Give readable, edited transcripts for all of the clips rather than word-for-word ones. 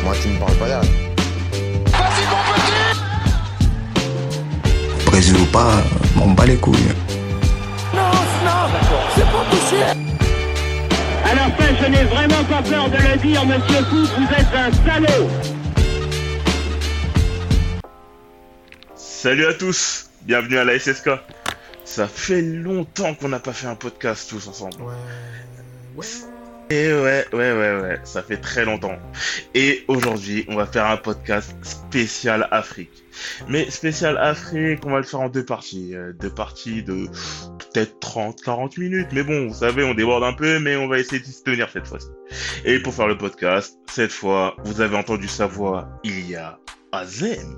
Moi, tu me parles pas là. Vas-y, mon petit! Brésil ou pas, m'en bats les couilles. Non, d'accord, c'est pas touché. À la fin, je n'ai vraiment pas peur de le dire, monsieur Fou, vous êtes un salaud! Salut à tous, bienvenue à la SSK. Ça fait longtemps qu'on n'a pas fait un podcast tous ensemble. Ouais. Et ouais, ça fait très longtemps. Et aujourd'hui, on va faire un podcast spécial Afrique. Mais spécial Afrique, on va le faire en deux parties. Deux parties de peut-être 30-40 minutes. Mais bon, vous savez, on déborde un peu, mais on va essayer de s'y tenir cette fois-ci. Et pour faire le podcast, cette fois, vous avez entendu sa voix, il y a Azem.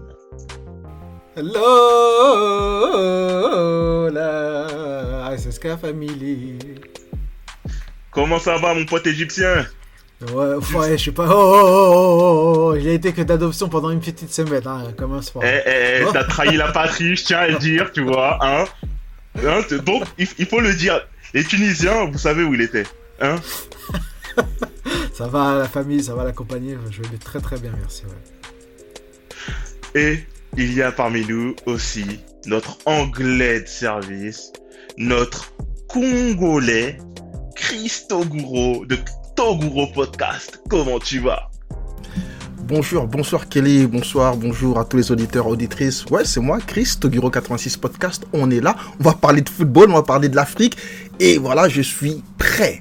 Hello, la SSK Family. Comment ça va, mon pote égyptien? Ouais, je sais pas. Oh. Il a été que d'adoption pendant une petite semaine, hein. Commence pas. T'as trahi la patrie, je tiens à le dire, tu vois, hein. Donc, il faut le dire. Les Tunisiens, vous savez où il était, hein. Ça va la famille, ça va la compagnie. Je vais très très bien, merci. Ouais. Et il y a parmi nous aussi notre Anglais de service, notre Congolais, Chris Toguro de Toguro Podcast. Comment tu vas? Bonsoir Kelly, bonjour à tous les auditeurs, auditrices. Ouais, c'est moi, Chris, Toguro 86 Podcast. On est là, on va parler de football, on va parler de l'Afrique. Et voilà, je suis prêt.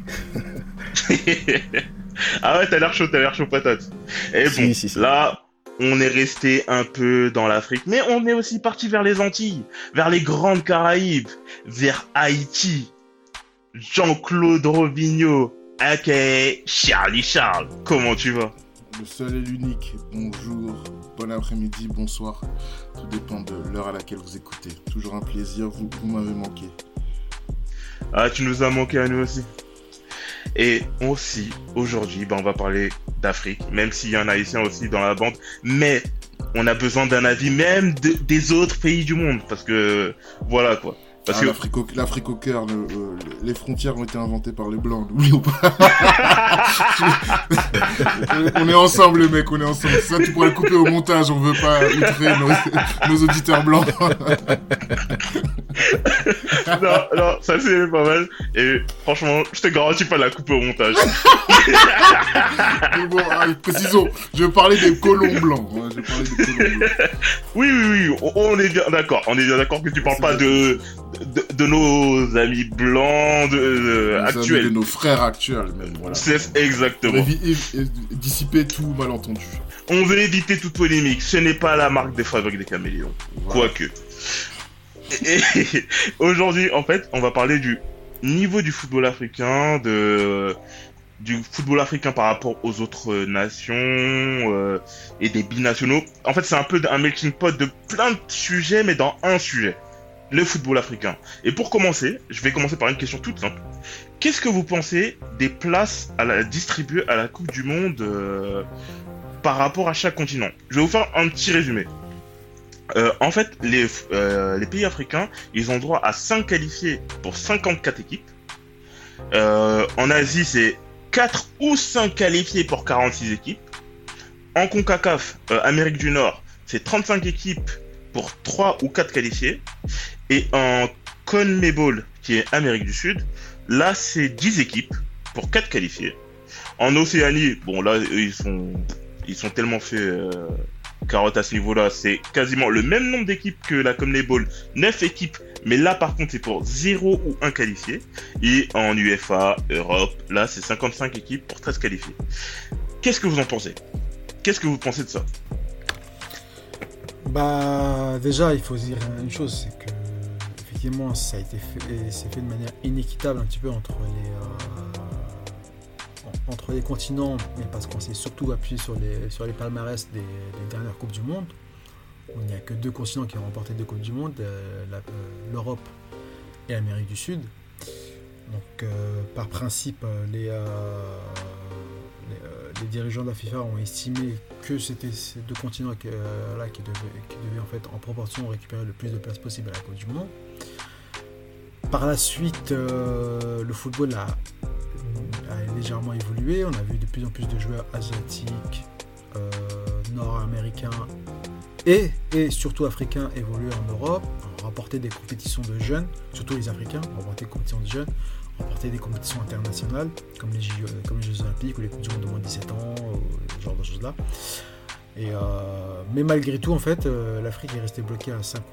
Ah ouais, t'as l'air chaud patate. Et bon, si. Là, on est resté un peu dans l'Afrique, mais on est aussi parti vers les Antilles, vers les grandes Caraïbes, vers Haïti. Jean-Claude Robinho, aka Charlie Charles, comment tu vas? Le seul et l'unique, bonjour, bon après-midi, bonsoir, tout dépend de l'heure à laquelle vous écoutez. Toujours un plaisir, vous m'avez manqué. Ah, tu nous as manqué à nous aussi. Et aussi, aujourd'hui, on va parler d'Afrique, même s'il y a un Haïtien aussi dans la bande, mais on a besoin d'un avis même des autres pays du monde, parce que, voilà quoi. Parce que l'Afrique au cœur, les frontières ont été inventées par les Blancs, n'oublions pas. On est ensemble les mecs, on est ensemble. Ça tu pourrais le couper au montage, on veut pas outrer nos auditeurs blancs. non, ça c'est pas mal. Et franchement, je te garantis pas de la couper au montage. Mais bon, allez, précisons, je vais parler des colons blancs. Oui, on est bien d'accord. On est bien d'accord que tu parles pas de nos amis blancs actuels. De nos frères actuels, même. Voilà. C'est exactement. On veut dissiper tout malentendu. On veut éviter toute polémique. Ce n'est pas la marque de fabrique des caméléons. Voilà. Quoique. Et aujourd'hui, en fait, on va parler du niveau du football africain, du football africain par rapport aux autres nations et des binationaux. En fait, c'est un peu un melting pot de plein de sujets, mais dans un sujet. Le football africain. Et pour commencer, je vais commencer par une question toute simple. Qu'est-ce que vous pensez des places distribuées à la Coupe du Monde par rapport à chaque continent? Je vais vous faire un petit résumé. En fait, les pays africains, ils ont droit à 5 qualifiés pour 54 équipes. En Asie, c'est 4 ou 5 qualifiés pour 46 équipes. En CONCACAF, Amérique du Nord, c'est 35 équipes pour 3 ou 4 qualifiés. Et en CONMEBOL, qui est Amérique du Sud, là, c'est 10 équipes pour 4 qualifiés. En Océanie, bon, là, ils sont tellement fait carotte à ce niveau-là. C'est quasiment le même nombre d'équipes que la CONMEBOL, 9 équipes. Mais là, par contre, c'est pour 0 ou 1 qualifié. Et en UEFA, Europe, là, c'est 55 équipes pour 13 qualifiés. Qu'est-ce que vous en pensez? Qu'est-ce que vous pensez de ça? Bah, déjà, il faut dire une chose, c'est que effectivement, ça a été fait, c'est fait de manière inéquitable un petit peu entre les continents, mais parce qu'on s'est surtout appuyé sur les palmarès des dernières Coupes du Monde. Il n'y a que 2 continents qui ont remporté 2 Coupes du Monde, l'Europe et l'Amérique du Sud. Donc, par principe, les dirigeants de la FIFA ont estimé que c'était ces 2 continents qui devaient en fait en proportion récupérer le plus de places possible à la Coupe du Monde. Par la suite, le football a légèrement évolué. On a vu de plus en plus de joueurs asiatiques, nord-américains et surtout africains évoluer en Europe, remporter des compétitions de jeunes, surtout les Africains, remporter des compétitions de jeunes, remporter des compétitions internationales comme les Jeux Olympiques ou les Coupes du Monde de moins de 17 ans, ce genre de choses-là. Mais malgré tout, en fait, l'Afrique est restée bloquée à 5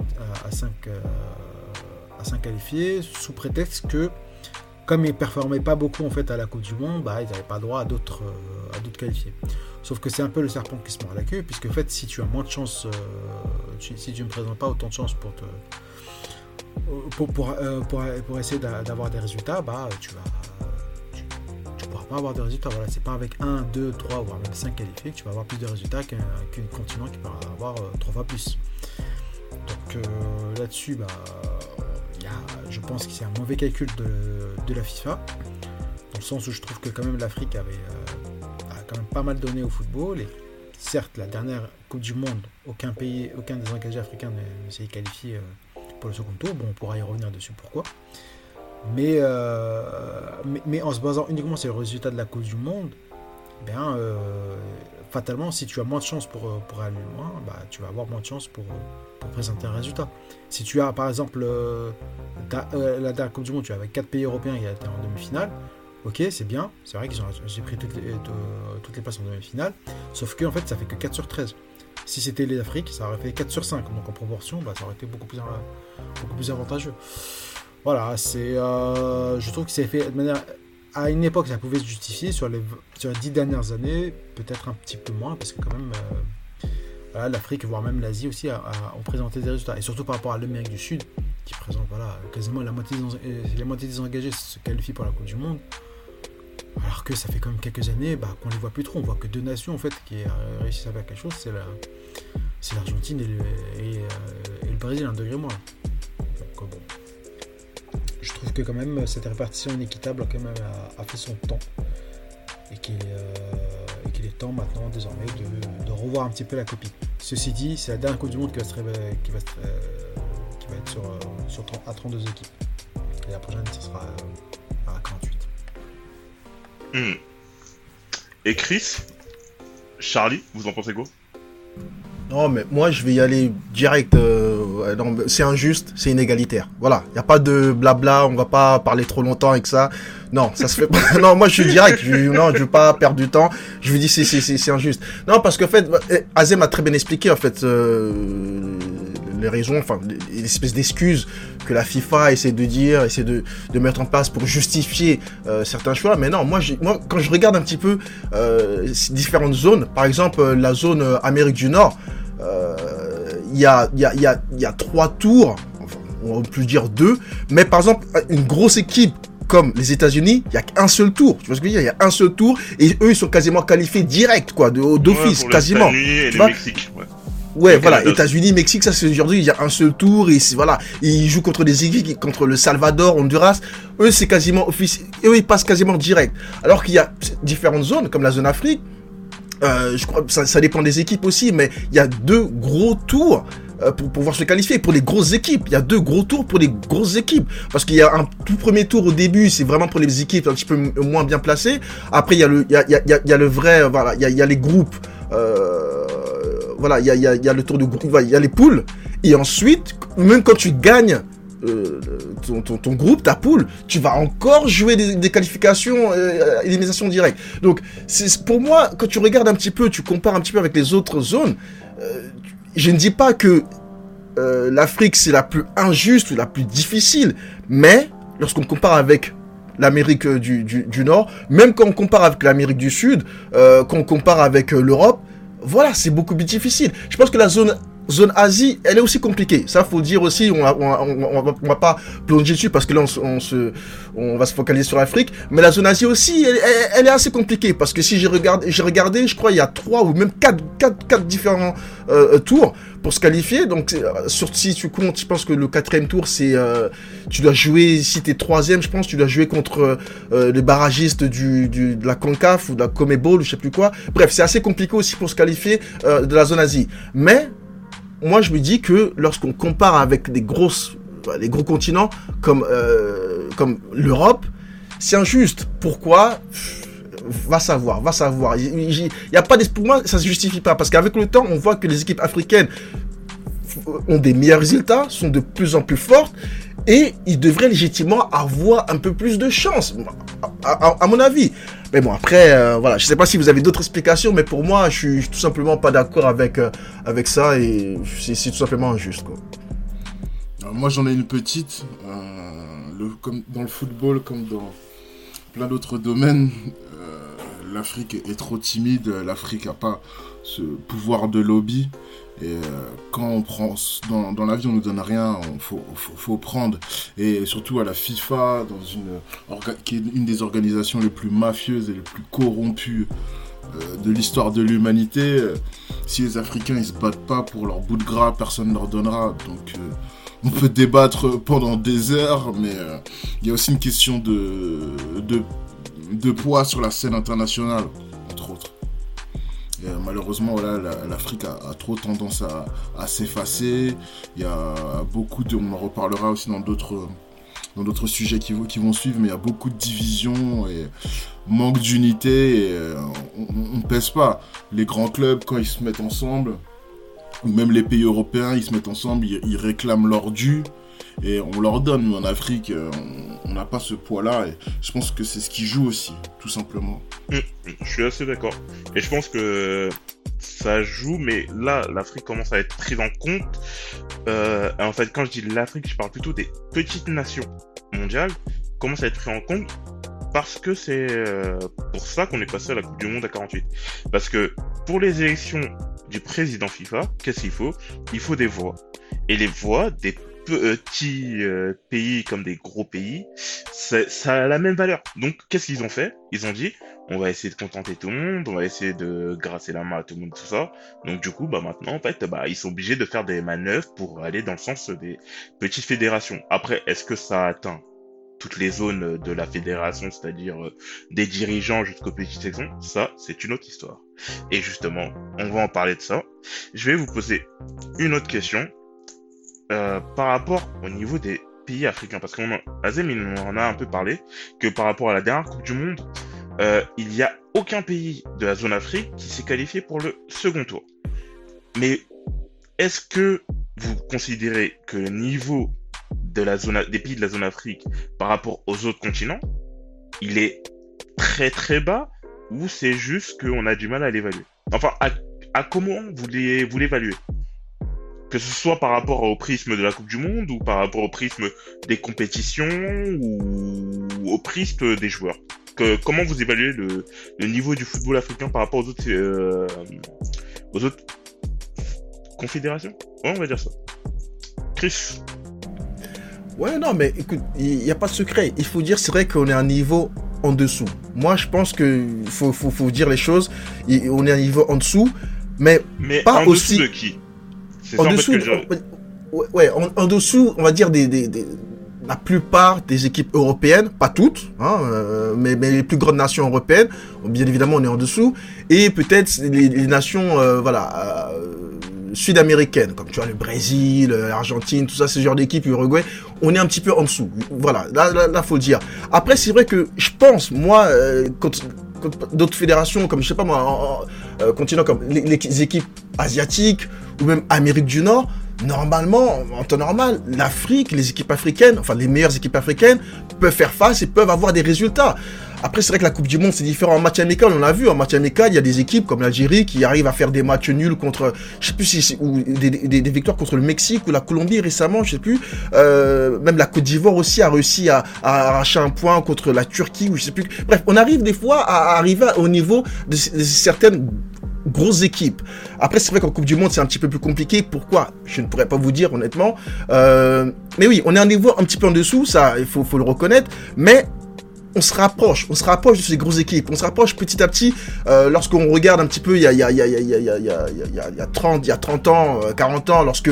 qualifiés sous prétexte que, comme ils ne performaient pas beaucoup en fait, à la Coupe du Monde, ils n'avaient pas droit à d'autres qualifiés. Sauf que c'est un peu le serpent qui se mord la queue, puisque en fait, si tu as moins de chance, si tu ne présentes pas autant de chance pour essayer d'avoir des résultats, tu pourras pas avoir de résultats. Voilà, c'est pas avec 1, 2, 3, voire même 5 qualifiés que tu vas avoir plus de résultats qu'un continent qui va avoir 3 fois plus. Donc là-dessus, je pense que c'est un mauvais calcul de la FIFA, dans le sens où je trouve que quand même l'Afrique a quand même pas mal donné au football, et certes la dernière Coupe du Monde, aucun des engagés africains ne s'est qualifié pour le second tour. Bon, on pourra y revenir dessus pourquoi, mais en se basant uniquement sur le résultat de la Coupe du Monde, fatalement, si tu as moins de chances pour aller loin, tu vas avoir moins de chances pour présenter un résultat. Si tu as par exemple la dernière Coupe du Monde, tu avais 4 pays européens qui étaient en demi-finale, ok, c'est bien, c'est vrai j'ai pris toutes les places en demi-finale, sauf que en fait ça fait que 4 sur 13. Si c'était l'Afrique, ça aurait fait 4 sur 5, donc en proportion, ça aurait été beaucoup plus avantageux. Voilà, je trouve que c'est fait de manière... À une époque, ça pouvait se justifier, sur les 10 dernières années, peut-être un petit peu moins, parce que quand même, l'Afrique, voire même l'Asie aussi, ont présenté des résultats. Et surtout par rapport à l'Amérique du Sud, qui présente quasiment la moitié des engagés se qualifient pour la Coupe du Monde, alors que ça fait quand même quelques années qu'on ne les voit plus trop. On voit que 2 nations en fait, qui réussissent à faire quelque chose, c'est l'Argentine et le Brésil, un degré moins. Donc bon. Je trouve que quand même cette répartition inéquitable quand même a fait son temps, et qu'il est temps maintenant désormais de revoir un petit peu la copie. Ceci dit, c'est la dernière Coupe du Monde qui va être à 32 équipes, et la prochaine ce sera à 48. Et Chris, Charlie, vous en pensez quoi? Non, mais moi, je vais y aller direct. C'est injuste, c'est inégalitaire. Voilà, il n'y a pas de blabla, on va pas parler trop longtemps avec ça. Non, ça se fait pas. Non, moi, je suis direct. Je veux pas perdre du temps. Je vous dis, c'est injuste. Non, parce qu'en fait, Azem a très bien expliqué, en fait, les raisons, enfin, l'espèce d'excuses que la FIFA essaie de mettre en place pour justifier certains choix. Mais non, moi, quand je regarde un petit peu différentes zones, par exemple, la zone Amérique du Nord, il y a 3 tours, enfin, on va plus dire 2, mais par exemple, une grosse équipe comme les États-Unis, il y a qu'un seul tour. Tu vois ce que je veux dire? Il y a un seul tour et eux ils sont quasiment qualifiés direct, quoi, d'office, quasiment. Les États-Unis et le Mexique. Ouais, voilà, États-Unis, Mexique, ça c'est aujourd'hui, il y a un seul tour et voilà, ils jouent contre des équipes, contre le Salvador, Honduras, eux c'est quasiment officiel, eux ils passent quasiment direct. Alors qu'il y a différentes zones, comme la zone Afrique, je crois que ça dépend des équipes aussi, mais il y a 2 gros tours pour pouvoir se qualifier. Pour les grosses équipes, il y a 2 gros tours pour les grosses équipes. Parce qu'il y a un tout premier tour au début, c'est vraiment pour les équipes un petit peu moins bien placées. Après, il y a le vrai, voilà, il y a les groupes, voilà, il y a le tour de groupe, il y a les poules. Et ensuite, même quand tu gagnes ton groupe, ta poule, tu vas encore jouer des qualifications, élimination directe. Donc, pour moi, quand tu regardes un petit peu, tu compares un petit peu avec les autres zones, je ne dis pas que l'Afrique c'est la plus injuste ou la plus difficile, mais lorsqu'on compare avec l'Amérique du Nord, même quand on compare avec l'Amérique du Sud, quand on compare avec l'Europe, voilà, c'est beaucoup plus difficile. Je pense que la zone Asie, elle est aussi compliquée. Ça, faut dire aussi, on va pas plonger dessus parce que là, on va se focaliser sur l'Afrique. Mais la zone Asie aussi, elle est assez compliquée parce que si j'ai regardé, je crois, il y a 3 ou même 4 différents tours pour se qualifier. Donc, si tu comptes, je pense que le 4e tour, c'est, tu dois jouer, si t'es 3e, je pense, tu dois jouer contre les barragistes de la CONCAF ou de la CONMEBOL ou je sais plus quoi. Bref, c'est assez compliqué aussi pour se qualifier de la zone Asie. Mais, moi, je me dis que lorsqu'on compare avec les gros continents comme l'Europe, c'est injuste. Pourquoi ? Va savoir. Il y a pas pour moi, ça se justifie pas parce qu'avec le temps, on voit que les équipes africaines ont des meilleurs résultats, sont de plus en plus fortes et ils devraient légitimement avoir un peu plus de chance, à mon avis. Mais bon, après, voilà, je sais pas si vous avez d'autres explications, mais pour moi, je suis tout simplement pas d'accord avec ça et c'est tout simplement injuste, quoi. Alors, moi, j'en ai une petite. Comme dans le football, comme dans plein d'autres domaines, l'Afrique est trop timide. L'Afrique n'a pas ce pouvoir de lobby. Et quand on prend dans la vie, on nous donne rien, faut prendre. Et surtout à la FIFA, qui est une des organisations les plus mafieuses et les plus corrompues de l'histoire de l'humanité. Si les Africains ils se battent pas pour leur bout de gras, personne ne leur donnera. Donc on peut débattre pendant des heures, mais il y a aussi une question de poids sur la scène internationale, entre autres. Et, malheureusement, voilà, l'Afrique a trop tendance à s'effacer. Il y a beaucoup on en reparlera aussi dans d'autres sujets qui vont suivre, mais il y a beaucoup de divisions et manque d'unité. Et, on ne pèse pas. Les grands clubs, quand ils se mettent ensemble, ou même les pays européens, ils se mettent ensemble, ils réclament leur dû et on leur donne. Mais en Afrique, on n'a pas ce poids-là et je pense que c'est ce qui joue aussi, tout simplement. Je suis assez d'accord. Et je pense que ça joue, mais là, l'Afrique commence à être prise en compte. En fait, quand je dis l'Afrique, je parle plutôt des petites nations mondiales, commencent à être prises en compte parce que c'est pour ça qu'on est passé à la Coupe du Monde à 48. Parce que pour les élections du président FIFA, qu'est-ce qu'il faut ? Il faut des voix. Et les voix des petits pays comme des gros pays, ça a la même valeur. Donc, qu'est-ce qu'ils ont fait ? Ils ont dit, on va essayer de contenter tout le monde, on va essayer de grasser la main à tout le monde, tout ça. Donc, du coup, maintenant, en fait, ils sont obligés de faire des manœuvres pour aller dans le sens des petites fédérations. Après, est-ce que ça atteint toutes les zones de la fédération, c'est-à-dire des dirigeants jusqu'aux petites sections? Ça, c'est une autre histoire. Et justement, on va en parler de ça. Je vais vous poser une autre question par rapport au niveau des pays africains, parce Azem, il en a un peu parlé, que par rapport à la dernière Coupe du Monde, il n'y a aucun pays de la zone Afrique qui s'est qualifié pour le second tour. Mais est-ce que vous considérez que le niveau des pays de la zone Afrique par rapport aux autres continents, il est très très bas, ou c'est juste qu'on a du mal à l'évaluer? Enfin, à comment vous l'évaluez? Que ce soit par rapport au prisme de la Coupe du Monde, ou par rapport au prisme des compétitions, ou au prisme des joueurs. Comment vous évaluez le niveau du football africain par rapport aux autres confédérations? Ouais, on va dire ça. Chris? Ouais, non, mais écoute, il n'y a pas de secret. Il faut dire, c'est vrai qu'on est à un niveau en dessous. Moi, je pense qu'il faut dire les choses. On est à un niveau en dessous, mais pas en aussi... dessous de qui? C'est en ça, dessous, en dessous, on va dire la plupart des équipes européennes, pas toutes, hein, mais les plus grandes nations européennes, bien évidemment, on est en dessous, et peut-être les nations, sud-américaines, comme tu vois le Brésil, l'Argentine, tout ça, ce genre d'équipes, Uruguay, on est un petit peu en dessous. Voilà, là faut le dire. Après, c'est vrai que je pense, moi, quand d'autres fédérations, comme je sais pas moi, continent comme les équipes asiatiques ou même Amérique du Nord, normalement, en temps normal, l'Afrique, les équipes africaines, enfin les meilleures équipes africaines peuvent faire face et peuvent avoir des résultats. Après, c'est vrai que la Coupe du Monde, c'est différent. En match amical, on l'a vu, en match amical, il y a des équipes comme l'Algérie qui arrivent à faire des matchs nuls contre, je sais plus si ou des victoires contre le Mexique ou la Colombie récemment, je sais plus. Même la Côte d'Ivoire aussi a réussi à arracher un point contre la Turquie ou je sais plus. Bref, on arrive des fois à arriver au niveau de certaines grosses équipes. Après, c'est vrai qu'en Coupe du Monde, c'est un petit peu plus compliqué. Pourquoi? Je ne pourrais pas vous dire, honnêtement. Mais oui, on est à un niveau un petit peu en dessous, ça, il faut le reconnaître. Mais on se rapproche de ces grosses équipes. On se rapproche petit à petit. Lorsqu'on regarde un petit peu, il y a 30 ans, 40 ans, lorsque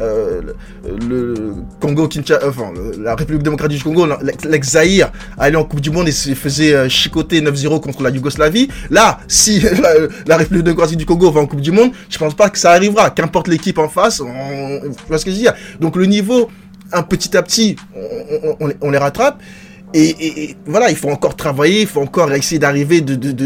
le Congo, la République démocratique du Congo, l'ex-Zaïre, allait en Coupe du Monde et se faisait chicoter 9-0 contre la Yougoslavie. Là, si la République démocratique du Congo va en Coupe du Monde, je pense pas que ça arrivera. Qu'importe l'équipe en face, tu vois ce que je veux dire. Donc le niveau, petit à petit, on les rattrape. Et voilà, il faut encore travailler, il faut encore essayer d'arriver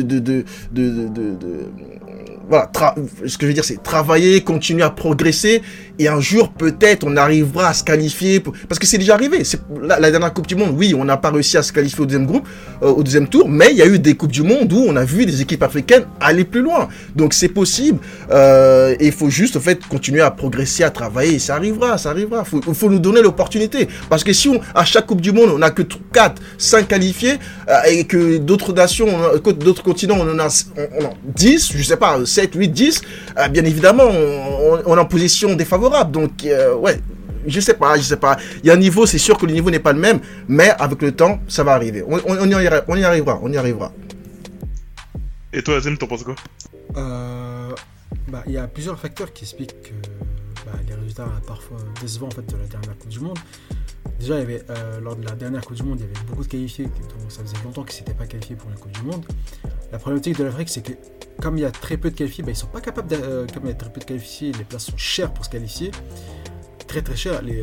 voilà, ce que je veux dire, c'est travailler, continuer à progresser, et un jour, peut-être, on arrivera à se qualifier, parce que c'est déjà arrivé. La dernière Coupe du Monde, oui, on n'a pas réussi à se qualifier au deuxième tour, mais il y a eu des Coupes du Monde où on a vu des équipes africaines aller plus loin. Donc, c'est possible, et il faut juste, en fait, continuer à progresser, à travailler, et ça arrivera. Il faut nous donner l'opportunité, parce que si à chaque Coupe du Monde, on n'a que 4, 5 qualifiés, et que d'autres nations, d'autres continents, on en a 10, je sais pas, 7, 8, 10, bien évidemment, on est en position défavorable. Donc, ouais, je sais pas. Il y a un niveau, c'est sûr que le niveau n'est pas le même, mais avec le temps, ça va arriver. On y arrivera. Et toi, Azem, t'en penses quoi? Il y a plusieurs facteurs qui expliquent que les résultats parfois décevants en fait, de la dernière Coupe du Monde. Déjà, il y avait, lors de la dernière Coupe du Monde, il y avait beaucoup de qualifiés, donc ça faisait longtemps qu'ils ne s'étaient pas qualifiés pour la Coupe du Monde. La problématique de l'Afrique, c'est que comme il y a très peu de qualifiés, ils ne sont pas capables comme il y a très peu de qualifiés, les places sont chères pour se qualifier. Très très chères. Les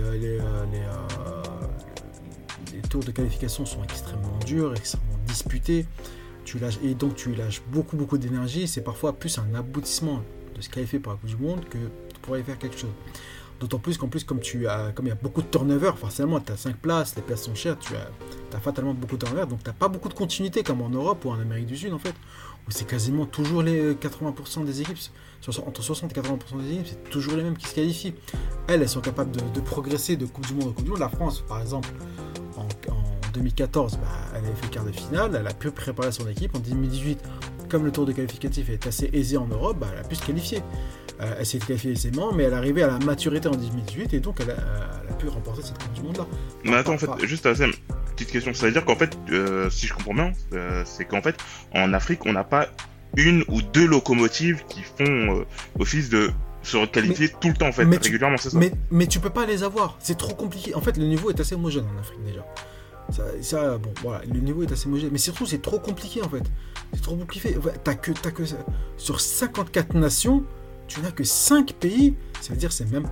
tours de qualification sont extrêmement durs, extrêmement disputés. Et donc tu lâches beaucoup d'énergie. C'est parfois plus un aboutissement de se qualifier pour la Coupe du Monde que pour y faire quelque chose. D'autant plus comme il y a beaucoup de turnover, forcément tu as 5 places, les places sont chères, tu as fatalement beaucoup de turnover, donc tu n'as pas beaucoup de continuité comme en Europe ou en Amérique du Sud en fait, où c'est quasiment toujours les 80% des équipes, entre 60 et 80% des équipes, c'est toujours les mêmes qui se qualifient. Elles sont capables de progresser de Coupe du Monde en Coupe du Monde. La France par exemple, en 2014, elle avait fait quart de finale, elle a pu préparer son équipe. En 2018, comme le tour de qualificatif est assez aisé en Europe, elle a pu se qualifier. Elle s'est qualifiée aisément, mais elle est arrivée à la maturité en 2018 et donc elle a pu remporter cette Coupe du Monde-là. Mais attends, en fait, juste Azem, petite question, ça veut dire qu'en fait, si je comprends bien, c'est qu'en fait, en Afrique, on n'a pas une ou deux locomotives qui font office de se requalifier tout le temps, en fait, régulièrement, c'est ça. Mais tu peux pas les avoir, c'est trop compliqué. En fait, le niveau est assez homogène en Afrique déjà. Bon, voilà, le niveau est assez homogène, mais surtout c'est trop compliqué en fait. C'est trop compliqué. T'as que sur 54 nations, tu n'as que 5 pays. Ça veut dire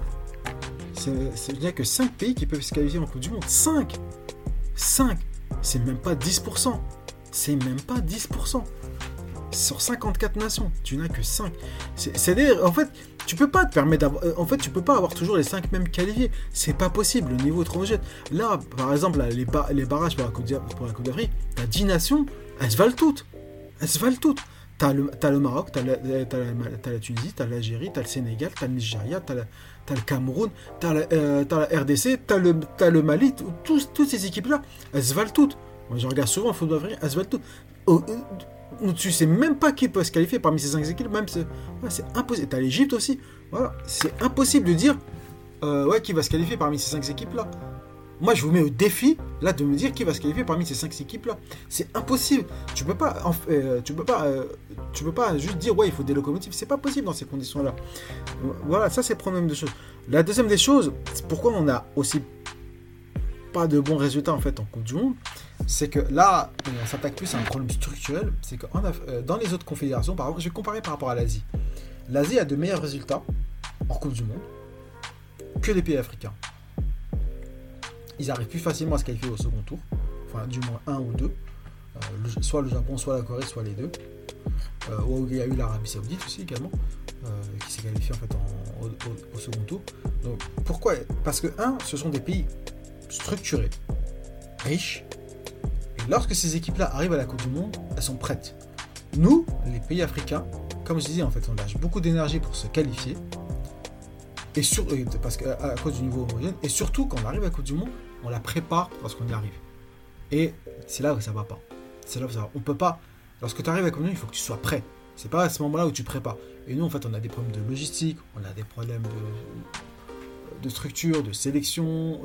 il n'y a que 5 pays qui peuvent se qualifier en Coupe du Monde. 5. C'est même pas 10%. Sur 54 nations, tu n'as que 5. C'est-à-dire, en fait, tu peux pas te permettre d'avoir. En fait, tu peux pas avoir toujours les 5 mêmes qualifiés. C'est pas possible, le niveau est trop homogène. Là, par exemple, les barrages pour la Coupe d'Afrique, t'as 10 nations, elles se valent toutes. T'as le Maroc, t'as la Tunisie, t'as l'Algérie, t'as le Sénégal, t'as le Nigeria, t'as le Cameroun, t'as la RDC, t'as le Mali, toutes ces équipes-là, elles se valent toutes. Moi, je regarde souvent le football africain, elles se valent toutes. Tu sais même pas qui peut se qualifier parmi ces 5 équipes, même c'est impossible. T'as l'Égypte aussi, voilà, c'est impossible de dire qui va se qualifier parmi ces 5 équipes-là. Moi, je vous mets au défi là de me dire qui va se qualifier parmi ces 5 équipes-là. C'est impossible. Tu peux pas juste dire il faut des locomotives. C'est pas possible dans ces conditions-là. Voilà, ça c'est le problème de choses. La deuxième des choses, c'est pourquoi on a aussi pas de bons résultats en fait en Coupe du Monde, c'est que là, on s'attaque plus à un problème structurel. C'est que dans les autres confédérations, par exemple, je vais comparer par rapport à l'Asie. L'Asie a de meilleurs résultats en Coupe du Monde que les pays africains. Ils arrivent plus facilement à se qualifier au second tour, enfin du moins un ou deux, soit le Japon, soit la Corée, soit les deux. Où il y a eu l'Arabie Saoudite aussi également, qui s'est qualifiée en fait au second tour. Donc pourquoi ? Parce que ce sont des pays structurés, riches, et lorsque ces équipes-là arrivent à la Coupe du Monde, elles sont prêtes. Nous, les pays africains, comme je disais, en fait, on lâche beaucoup d'énergie pour se qualifier. Parce qu'à cause du niveau homogène, et surtout quand on arrive à la Coupe du Monde, on la prépare parce qu'on y arrive. Et c'est là où ça va pas. On peut pas. Lorsque tu arrives à la Coupe du Monde, il faut que tu sois prêt. C'est pas à ce moment-là où tu prépares. Et nous, en fait, on a des problèmes de logistique, on a des problèmes de structure, de sélection,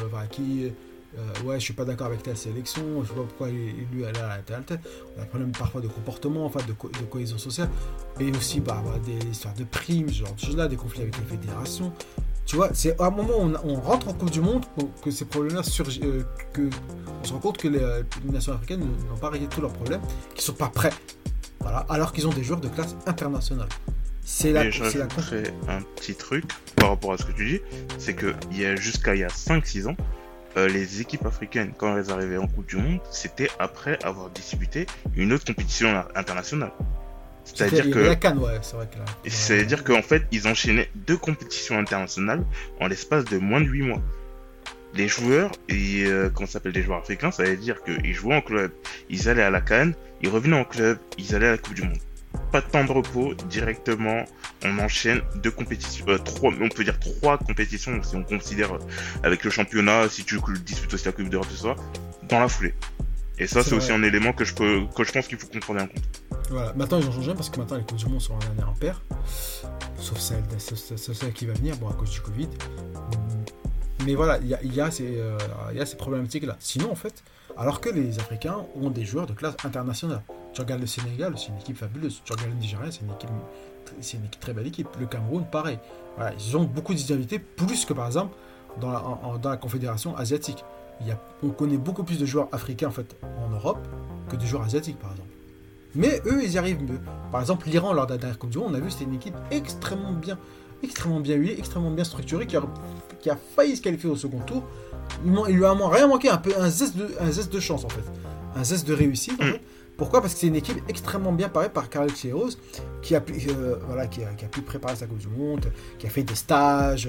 je suis pas d'accord avec telle sélection, je sais pas pourquoi lui elle a tel. On a un problème parfois de comportement, en fait, de cohésion sociale, et aussi des histoires de primes, ce genre de choses là, des conflits avec les fédérations. Tu vois, c'est à un moment où on rentre en Coupe du Monde que ces problèmes-là surgissent, on se rend compte que les nations africaines n'ont pas réglé tous leurs problèmes, qu'ils sont pas prêts, voilà, alors qu'ils ont des joueurs de classe internationale. Je rajouterais un petit truc par rapport à ce que tu dis, c'est que jusqu'à il y a 5-6 ans, les équipes africaines, quand elles arrivaient en Coupe du Monde, c'était après avoir disputé une autre compétition internationale. C'est-à-dire que la CAN, ouais, c'est vrai que là. C'est-à-dire qu'en fait, ils enchaînaient 2 compétitions internationales en l'espace de moins de 8 mois. Les joueurs, comment ça s'appelle, les joueurs africains, ça veut dire qu'ils jouaient en club, ils allaient à la CAN, ils revenaient en club, ils allaient à la Coupe du Monde. Pas de temps de repos, directement, on enchaîne 2 compétitions, 3, on peut dire 3 compétitions, si on considère avec le championnat, si tu disputes aussi la Coupe d'Europe ce soir, dans la foulée. Et ça, c'est aussi un élément que je pense qu'il faut qu'on prenne en compte. Voilà, maintenant ils ont changé parce que maintenant les Coupes du Monde sont en année impaire, sauf celle qui va venir, bon, à cause du Covid. Mais voilà, il y a ces problématiques-là. Sinon, en fait, alors que les Africains ont des joueurs de classe internationale. Tu regardes le Sénégal, c'est une équipe fabuleuse. Tu regardes le Nigeria, c'est une très belle équipe. Le Cameroun, pareil. Voilà, ils ont beaucoup d'invités, plus que par exemple dans la Confédération asiatique. On connaît beaucoup plus de joueurs africains en fait en Europe que de joueurs asiatiques, par exemple. Mais eux, ils y arrivent mieux. Par exemple, l'Iran, lors de la dernière Coupe du Monde, on a vu que c'était une équipe extrêmement bien huilée, extrêmement bien structurée, qui a failli se qualifier au second tour. Il lui a rien manqué, un zeste de chance en fait, un zeste de réussite en fait. Pourquoi ? Parce que c'est une équipe extrêmement bien parée par Carlos Queiroz, qui a pu préparer sa Coupe du Monde, qui a fait des stages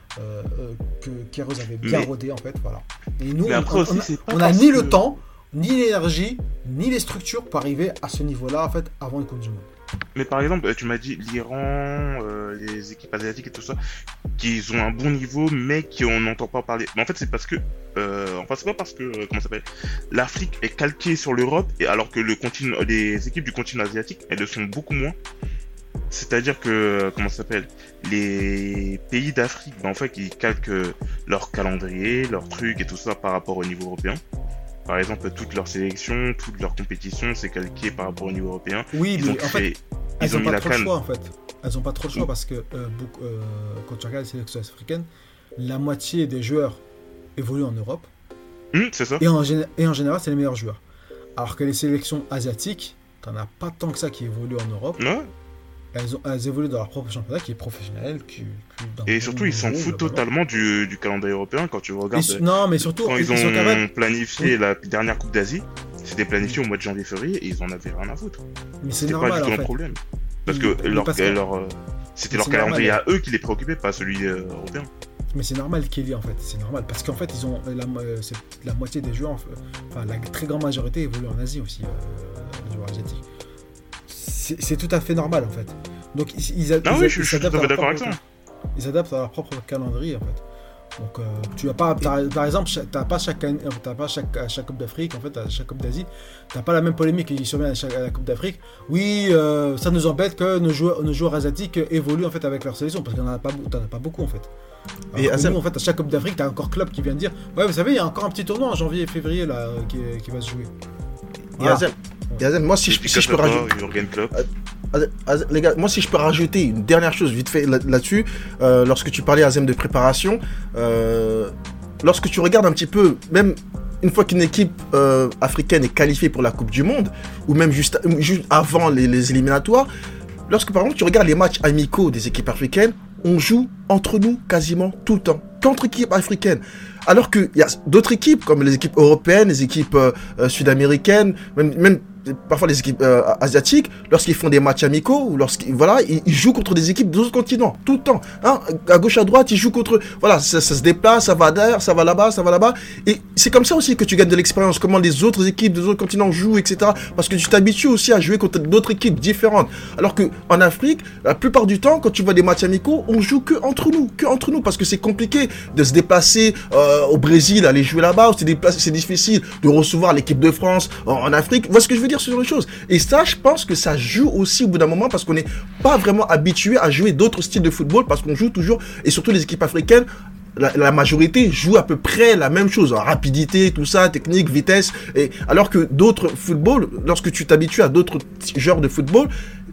que Queiroz avait bien rodé en fait, voilà. Et nous, on a ni le temps, ni l'énergie, ni les structures pour arriver à ce niveau-là en fait avant une Coupe du Monde. Mais par exemple, tu m'as dit l'Iran, les équipes asiatiques et tout ça, qu'ils ont un bon niveau, mais qu'on n'entend pas parler. Mais en fait, c'est parce que, c'est pas parce que, comment ça s'appelle, l'Afrique est calquée sur l'Europe, et alors que les équipes du continent asiatique, elles le sont beaucoup moins. C'est-à-dire que, comment ça s'appelle, les pays d'Afrique, en fait, ils calquent leur calendrier, leurs trucs et tout ça par rapport au niveau européen. Par exemple, toutes leurs sélections, toutes leurs compétitions, c'est calqué par rapport au niveau européen. Oui, mais en fait, elles n'ont pas trop le choix, en fait. Elles n'ont pas trop le choix parce que quand tu regardes les sélections africaines, la moitié des joueurs évoluent en Europe. C'est ça. Et en général, c'est les meilleurs joueurs. Alors que les sélections asiatiques, t'en as pas tant que ça qui évoluent en Europe. Non. Elles évoluent dans leur propre championnat qui est professionnel. Et surtout, ils s'en foutent totalement du calendrier européen quand tu regardes. Non, mais surtout, quand ils ont planifié la dernière Coupe d'Asie, c'était planifié au mois de janvier-février et ils en avaient rien à foutre. Mais c'est normal, pas du tout en fait. Un problème. Parce que c'était leur calendrier à eux qui les préoccupait, pas celui européen. Mais c'est normal Kelly en fait, c'est normal parce qu'en fait ils ont la moitié des joueurs, enfin la très grande majorité évolue en Asie aussi, les joueurs asiatiques. C'est tout à fait normal en fait. Donc je suis tout à fait d'accord avec ça. Ils adaptent à leur propre calendrier en fait. Donc tu as pas, par exemple, t'as pas chaque Coupe d'Afrique en fait, à chaque Coupe d'Asie, t'as pas la même polémique qui survient à la Coupe d'Afrique. Oui, ça nous embête que nos joueurs asiatiques évoluent en fait avec leur sélection parce qu'il t'en as pas beaucoup en fait. Et nous, en fait, à chaque Coupe d'Afrique, t'as encore club qui vient de dire, ouais, vous savez, il y a encore un petit tournoi en janvier et février là qui va se jouer. Et Azen, moi si je peux rajouter. Les gars, moi si je peux rajouter une dernière chose vite fait là-dessus, lorsque tu parlais Azem de préparation, lorsque tu regardes un petit peu, même une fois qu'une équipe africaine est qualifiée pour la Coupe du Monde, ou même juste avant les éliminatoires, lorsque par exemple tu regardes les matchs amicaux des équipes africaines, on joue entre nous quasiment tout le temps, qu'entre équipes africaines. Alors qu'il y a d'autres équipes, comme les équipes européennes, les équipes sud-américaines, même parfois les équipes asiatiques, lorsqu'ils font des matchs amicaux, ou ils jouent contre des équipes d'autres continents, tout le temps. Hein, à gauche, à droite, ils jouent contre... Voilà, ça se déplace, ça va derrière, ça va là-bas, ça va là-bas. Et c'est comme ça aussi que tu gagnes de l'expérience, comment les autres équipes des autres continents jouent, etc. Parce que tu t'habitues aussi à jouer contre d'autres équipes différentes. Alors qu'en Afrique, la plupart du temps, quand tu vois des matchs amicaux, on joue que entre nous, parce que c'est compliqué de se déplacer au Brésil, aller jouer là-bas, c'est difficile de recevoir l'équipe de France en Afrique. Vous voyez ce que je veux dire? Ce genre de choses. Et ça, je pense que ça joue aussi au bout d'un moment parce qu'on n'est pas vraiment habitué à jouer d'autres styles de football parce qu'on joue toujours, et surtout les équipes africaines, la majorité joue à peu près la même chose, rapidité, tout ça, technique, vitesse, et alors que d'autres footballs, lorsque tu t'habitues à d'autres genres de football,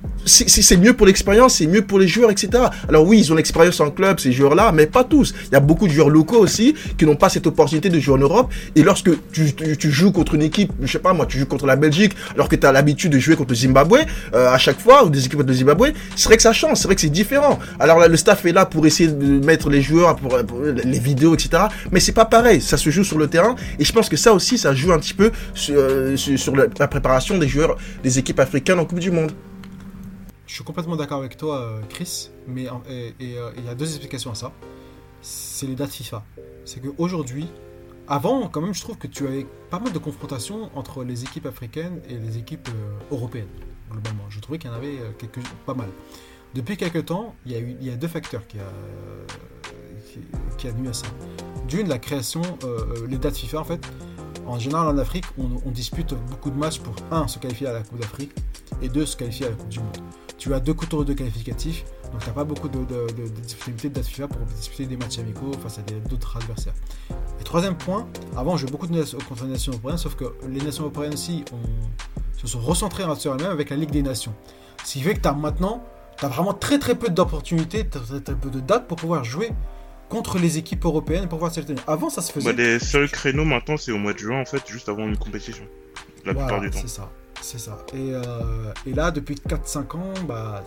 c'est mieux pour l'expérience, c'est mieux pour les joueurs, etc. Alors oui, ils ont l'expérience en club, ces joueurs-là, mais pas tous. Il y a beaucoup de joueurs locaux aussi qui n'ont pas cette opportunité de jouer en Europe. Et lorsque tu joues contre une équipe, je sais pas moi, tu joues contre la Belgique, alors que tu as l'habitude de jouer contre le Zimbabwe, à chaque fois, ou des équipes de Zimbabwe, c'est vrai que ça change, c'est vrai que c'est différent. Alors là, le staff est là pour essayer de mettre les joueurs, pour les vidéos, etc. Mais c'est pas pareil, ça se joue sur le terrain. Et je pense que ça aussi, ça joue un petit peu sur la préparation des joueurs, des équipes africaines en Coupe du Monde. Je suis complètement d'accord avec toi, Chris, mais il y a deux explications à ça. C'est les dates FIFA. C'est qu'aujourd'hui, avant, quand même, je trouve que tu avais pas mal de confrontations entre les équipes africaines et les équipes européennes, globalement. Je trouvais qu'il y en avait pas mal. Depuis quelques temps, il y a deux facteurs qui a nuit à ça. D'une, la création, les dates FIFA, en fait. En général, en Afrique, on dispute beaucoup de matchs pour, un, se qualifier à la Coupe d'Afrique, et deux, se qualifier à la Coupe du Monde. Tu as 2 tours de qualificatifs, donc tu n'as pas beaucoup de disponibilité de date FIFA pour disputer des matchs amicaux face à d'autres adversaires. Et troisième point, avant, je jouais beaucoup contre les nations européennes, sauf que les nations européennes aussi se sont recentrées sur elles-mêmes avec la Ligue des Nations. Ce qui fait que tu as vraiment très très peu d'opportunités, très peu de dates pour pouvoir jouer contre les équipes européennes pour pouvoir s'élever. Avant, ça se faisait. Les seuls créneaux maintenant, c'est au mois de juin, en fait, juste avant une compétition. La plupart du temps. C'est ça. Et là, depuis 4-5 ans,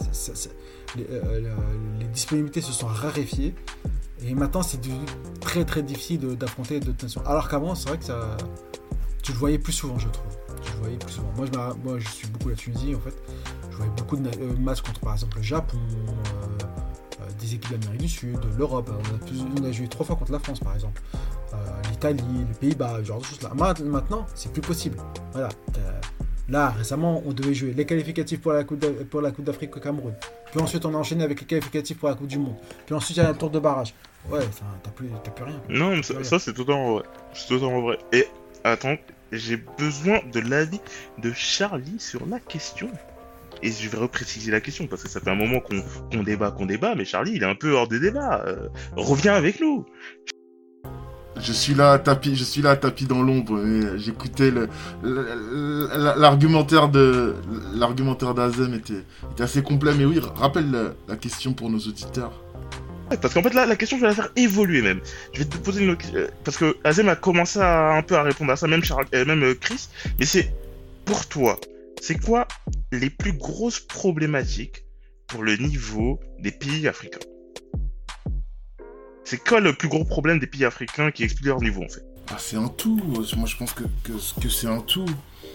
les disponibilités se sont raréfiées. Et maintenant, c'est devenu très très difficile d'affronter d'autres nations. Alors qu'avant, c'est vrai que tu le voyais plus souvent, je trouve. Moi, je suis beaucoup la Tunisie, en fait. Je voyais beaucoup de matchs contre, par exemple, le Japon, des équipes d'Amérique du Sud, l'Europe. On a joué 3 fois contre la France, par exemple. L'Italie, les Pays-Bas, ce genre de choses là. Maintenant, c'est plus possible. Voilà. Là, récemment, on devait jouer les qualificatifs pour la Coupe d'Afrique au Cameroun. Puis ensuite, on a enchaîné avec les qualificatifs pour la Coupe du Monde. Puis ensuite, il y a un tour de barrage. Ouais, t'as plus rien. Non, mais ça c'est totalement vrai. C'est totalement vrai. Et attends, j'ai besoin de l'avis de Charlie sur la question. Et je vais repréciser la question parce que ça fait un moment qu'on débat, mais Charlie, il est un peu hors de débat. Reviens avec nous. Je suis là à tapis dans l'ombre. J'écoutais l'argumentaire d'Azem était assez complet. Mais oui, rappelle la question pour nos auditeurs. Parce qu'en fait là, la question je vais la faire évoluer même. Je vais te poser une question parce que Azem a commencé un peu à répondre à ça, même Chris. Mais c'est pour toi, c'est quoi les plus grosses problématiques pour le niveau des pays africains? C'est quoi le plus gros problème des pays africains qui explique leur niveau en fait? C'est un tout. Moi je pense que c'est un tout.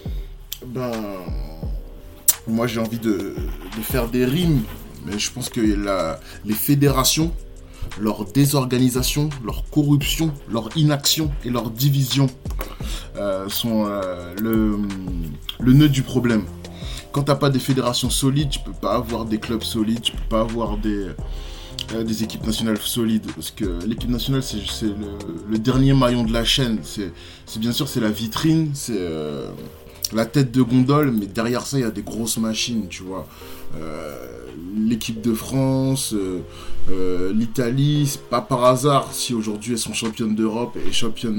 Moi j'ai envie de faire des rimes, mais je pense que les fédérations, leur désorganisation, leur corruption, leur inaction et leur division sont le nœud du problème. Quand t'as pas des fédérations solides, tu peux pas avoir des clubs solides, tu peux pas avoir des équipes nationales solides, parce que l'équipe nationale c'est le dernier maillon de la chaîne. C'est bien sûr c'est la vitrine, c'est la tête de gondole, mais derrière ça il y a des grosses machines, tu vois. L'équipe de France, l'Italie, c'est pas par hasard si aujourd'hui elles sont championnes d'Europe et championnes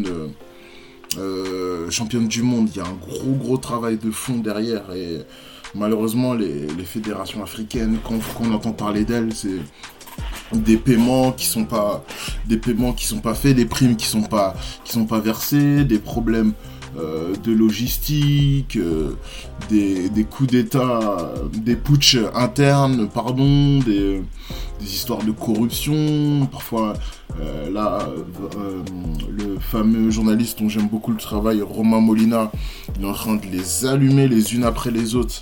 du monde. Il y a un gros travail de fond derrière, et malheureusement les fédérations africaines, quand on entend parler d'elles, c'est des paiements qui sont pas faits, des primes qui sont pas versées, des problèmes de logistique, des coups d'état, des putschs internes, des histoires de corruption. Parfois le fameux journaliste dont j'aime beaucoup le travail, Romain Molina, il est en train de les allumer les unes après les autres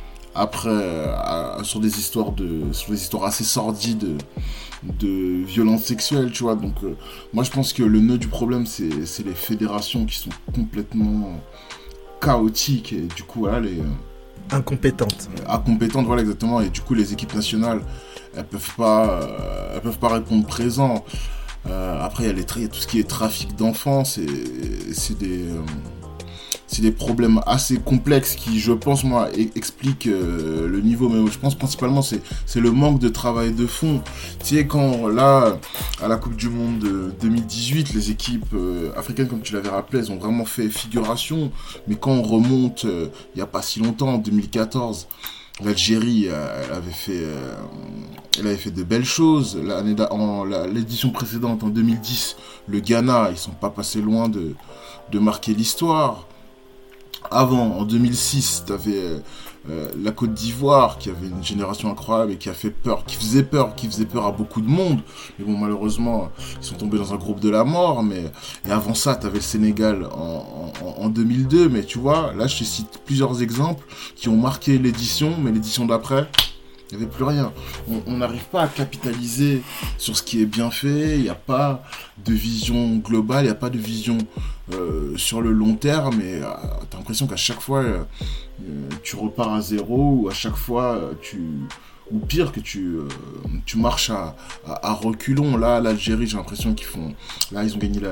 sur des histoires assez sordides de violences sexuelles, tu vois. Donc moi je pense que le nœud du problème c'est les fédérations qui sont complètement chaotiques, et du coup voilà, incompétentes, voilà, exactement. Et du coup les équipes nationales elles peuvent pas répondre présent. Après il y a tout ce qui est trafic d'enfants, c'est des problèmes assez complexes qui, je pense, moi, expliquent le niveau. Mais je pense principalement c'est le manque de travail de fond. Tu sais, quand là, à la Coupe du Monde 2018, les équipes africaines, comme tu l'avais rappelé, elles ont vraiment fait figuration. Mais quand on remonte, il n'y a pas si longtemps, en 2014, l'Algérie, elle avait fait de belles choses. L'édition précédente, en 2010, le Ghana, ils sont pas passés loin de marquer l'histoire. Avant, en 2006, t'avais la Côte d'Ivoire qui avait une génération incroyable et qui faisait peur à beaucoup de monde. Mais bon, malheureusement, ils sont tombés dans un groupe de la mort. Et avant ça, t'avais le Sénégal en 2002. Mais tu vois, là, je te cite plusieurs exemples qui ont marqué l'édition, mais l'édition d'après, il n'y avait plus rien. On n'arrive pas à capitaliser sur ce qui est bien fait. Il n'y a pas de vision globale, il n'y a pas de vision sur le long terme. Et tu as l'impression qu'à chaque fois, tu repars à zéro, ou à chaque fois, ou pire, que tu marches à reculons. Là, l'Algérie, j'ai l'impression qu'ils font... Là, ils ont gagné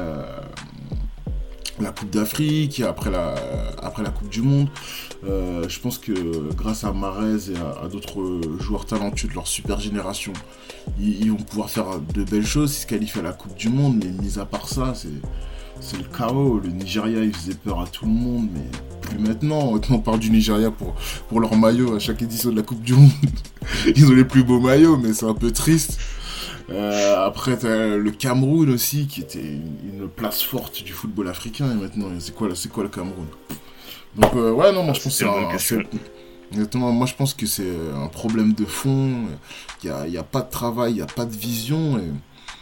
la Coupe d'Afrique, après la Coupe du Monde. Je pense que grâce à Mahrez et à d'autres joueurs talentueux de leur super génération, ils vont pouvoir faire de belles choses, ils se qualifient à la Coupe du Monde, mais mis à part ça, c'est le chaos. Le Nigeria, il faisait peur à tout le monde, mais plus maintenant. On parle du Nigeria pour leur maillot à chaque édition de la Coupe du Monde. Ils ont les plus beaux maillots, mais c'est un peu triste. Après, t'as le Cameroun aussi, qui était une place forte du football africain. Et maintenant, c'est quoi le Cameroun? Donc, ouais, non, moi je pense que c'est un problème de fond. Il y a pas de travail, il n'y a pas de vision. Et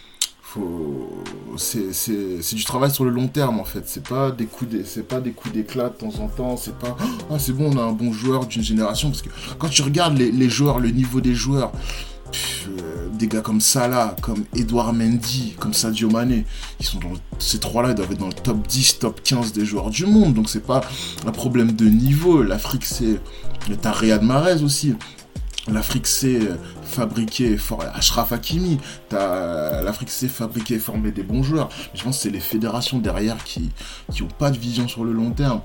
c'est du travail sur le long terme, en fait. C'est pas des coups d'éclat de temps en temps. C'est pas c'est bon, on a un bon joueur d'une génération. Parce que quand tu regardes les joueurs, le niveau des joueurs, des gars comme Salah, comme Edouard Mendy, comme Sadio Mané, ces trois-là, ils doivent être dans le top 10, top 15 des joueurs du monde. Donc c'est pas un problème de niveau. L'Afrique, t'as Riyad Mahrez aussi. L'Afrique sait fabriquer Achraf Hakimi. L'Afrique sait fabriquer et former des bons joueurs. Mais je pense que c'est les fédérations derrière qui ont pas de vision sur le long terme.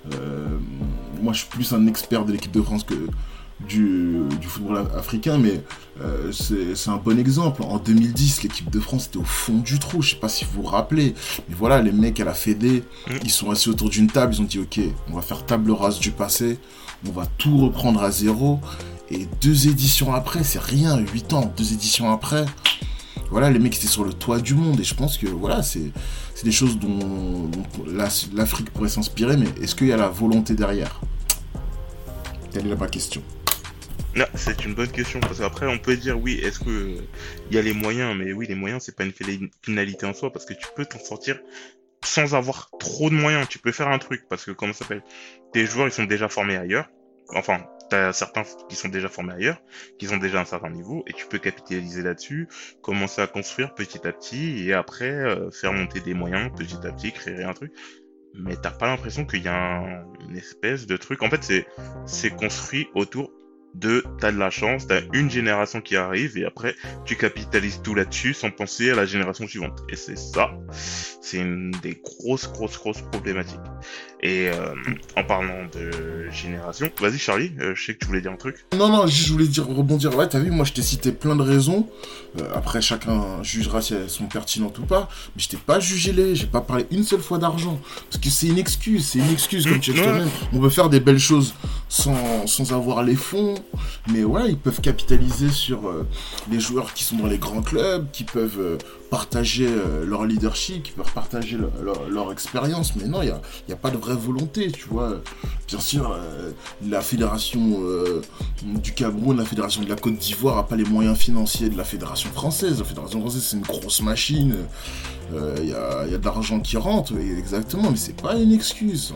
Moi, je suis plus un expert de l'équipe de France que du football africain, mais c'est un bon exemple. En 2010, l'équipe de France était au fond du trou. Je sais pas si vous vous rappelez, mais voilà, les mecs à la Fédé, ils sont assis autour d'une table, ils ont dit ok, on va faire table rase du passé, on va tout reprendre à zéro. Et 2 éditions après, c'est rien, 8 ans, 2 éditions après, voilà, les mecs étaient sur le toit du monde. Et je pense que voilà, c'est des choses dont l'Afrique pourrait s'inspirer, mais est-ce qu'il y a la volonté derrière? Telle est ma question. Non, c'est une bonne question, parce qu'après on peut dire oui, est-ce que il y a les moyens, mais oui, les moyens c'est pas une finalité en soi, parce que tu peux t'en sortir sans avoir trop de moyens. Tu peux faire un truc, parce que comment ça s'appelle, tes joueurs ils sont déjà formés ailleurs, enfin t'as certains qui sont déjà formés ailleurs, qui ont déjà un certain niveau, et tu peux capitaliser là-dessus, commencer à construire petit à petit, et après faire monter des moyens petit à petit, créer un truc. Mais t'as pas l'impression qu'il y a une espèce de truc. En fait, c'est construit autour de t'as de la chance, t'as une génération qui arrive et après tu capitalises tout là-dessus sans penser à la génération suivante. Et c'est une des grosses problématiques. Et en parlant de génération, vas-y Charlie, je sais que tu voulais dire un truc. Non, je voulais rebondir. Ouais, t'as vu, moi je t'ai cité plein de raisons. Après, chacun jugera si elles sont pertinentes ou pas. Mais je t'ai pas jugé j'ai pas parlé une seule fois d'argent. Parce que c'est une excuse comme tu as dit toi-même. On peut faire des belles choses sans avoir les fonds. Mais ouais, ils peuvent capitaliser sur les joueurs qui sont dans les grands clubs, qui peuvent partager leur leadership, qui peuvent partager leur expérience. Mais non, il y a pas de vraie volonté, tu vois. Bien sûr, la fédération du Cameroun, la fédération de la Côte d'Ivoire n'a pas les moyens financiers de la fédération française. La fédération française, c'est une grosse machine. Il y a de l'argent qui rentre, exactement, mais c'est pas une excuse.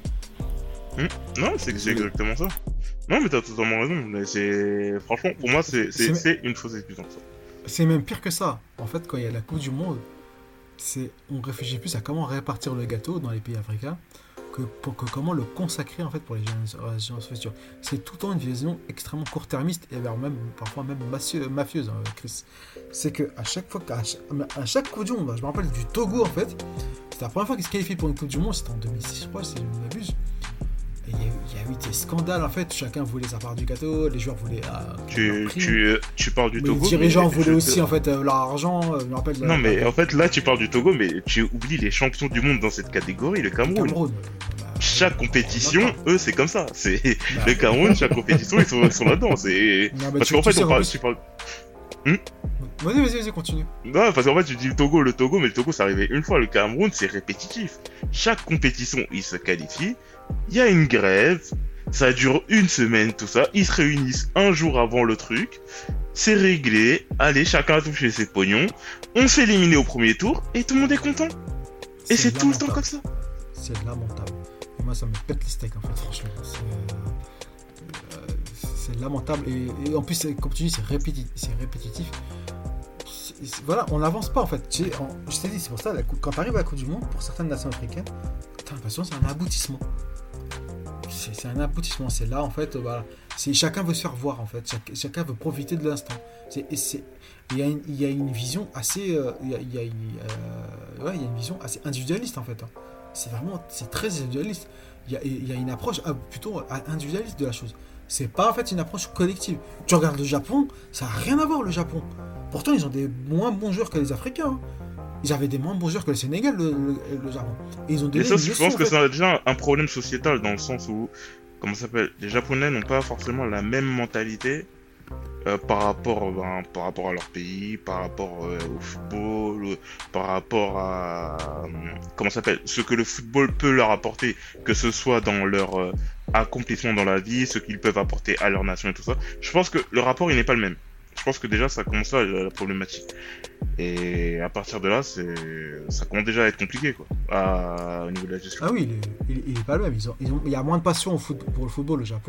Non, c'est exactement ça. Non, mais t'as totalement raison. Mais franchement, pour moi, c'est une fausse excuse. C'est même pire que ça. En fait, quand il y a la Coupe du Monde, on réfléchit plus à comment répartir le gâteau dans les pays africains que comment le consacrer en fait pour les générations futures. C'est tout le temps une vision extrêmement court-termiste et parfois même mafieuse, Chris. C'est que à chaque Coupe du Monde, je me rappelle du Togo en fait, c'était la première fois qu'ils se qualifient pour une Coupe du Monde, c'était en 2006 je crois, si je ne m'abuse. Et il y a eu des scandales en fait, chacun voulait sa part du gâteau, les joueurs voulaient tu parles du Togo, les dirigeants voulaient aussi en fait leur argent, je me rappelle. Non mais en fait là tu parles du Togo, mais tu oublies les champions du monde dans cette catégorie, le Cameroun. chaque compétition, eux, c'est comme ça. C'est le Cameroun, chaque compétition, ils sont là-dedans. C'est parce qu'en fait, tu parles. Vas-y, continue. Non, parce qu'en fait, tu dis le Togo, mais le Togo, c'est arrivé une fois. Le Cameroun, c'est répétitif. Chaque compétition, ils se qualifient. Il y a une grève. Ça dure une semaine, tout ça. Ils se réunissent un jour avant le truc. C'est réglé. Allez, chacun a touché ses pognons. On s'est éliminé au premier tour et tout le monde est content. Et c'est tout le temps comme ça. C'est lamentable. Et moi, ça me pète les steaks, en fait, franchement. C'est lamentable. Et en plus, comme tu dis, c'est répétitif. Voilà, on n'avance pas, en fait. Je t'ai dit, c'est pour ça, quand tu arrives à la Coupe du Monde, pour certaines nations africaines, t'as l'impression que c'est un aboutissement. C'est un aboutissement. C'est là, en fait, voilà. Chacun veut se faire voir, en fait. Chacun veut profiter de l'instant. Il y a une vision assez... il y a une vision assez individualiste, en fait. C'est très individualiste. Il y a une approche plutôt individualiste de la chose. C'est pas, en fait, une approche collective. Tu regardes le Japon, ça n'a rien à voir, le Japon. Pourtant, ils ont des moins bons joueurs que les Africains. Hein. Ils avaient des moins bons joueurs que le Sénégal, le Japon. Et ils ont et ça, je pense que c'est déjà un problème sociétal dans le sens où, comment ça s'appelle, les Japonais n'ont pas forcément la même mentalité par rapport à leur pays, par rapport au football, par rapport à comment ça s'appelle, ce que le football peut leur apporter, que ce soit dans leur accomplissement dans la vie, ce qu'ils peuvent apporter à leur nation et tout ça. Je pense que le rapport il n'est pas le même. Je pense que déjà ça commence là la problématique. Et à partir de là, ça commence déjà à être compliqué quoi, au niveau de la gestion. Ah oui, il est pas le même. Il y a moins de passion pour le football au Japon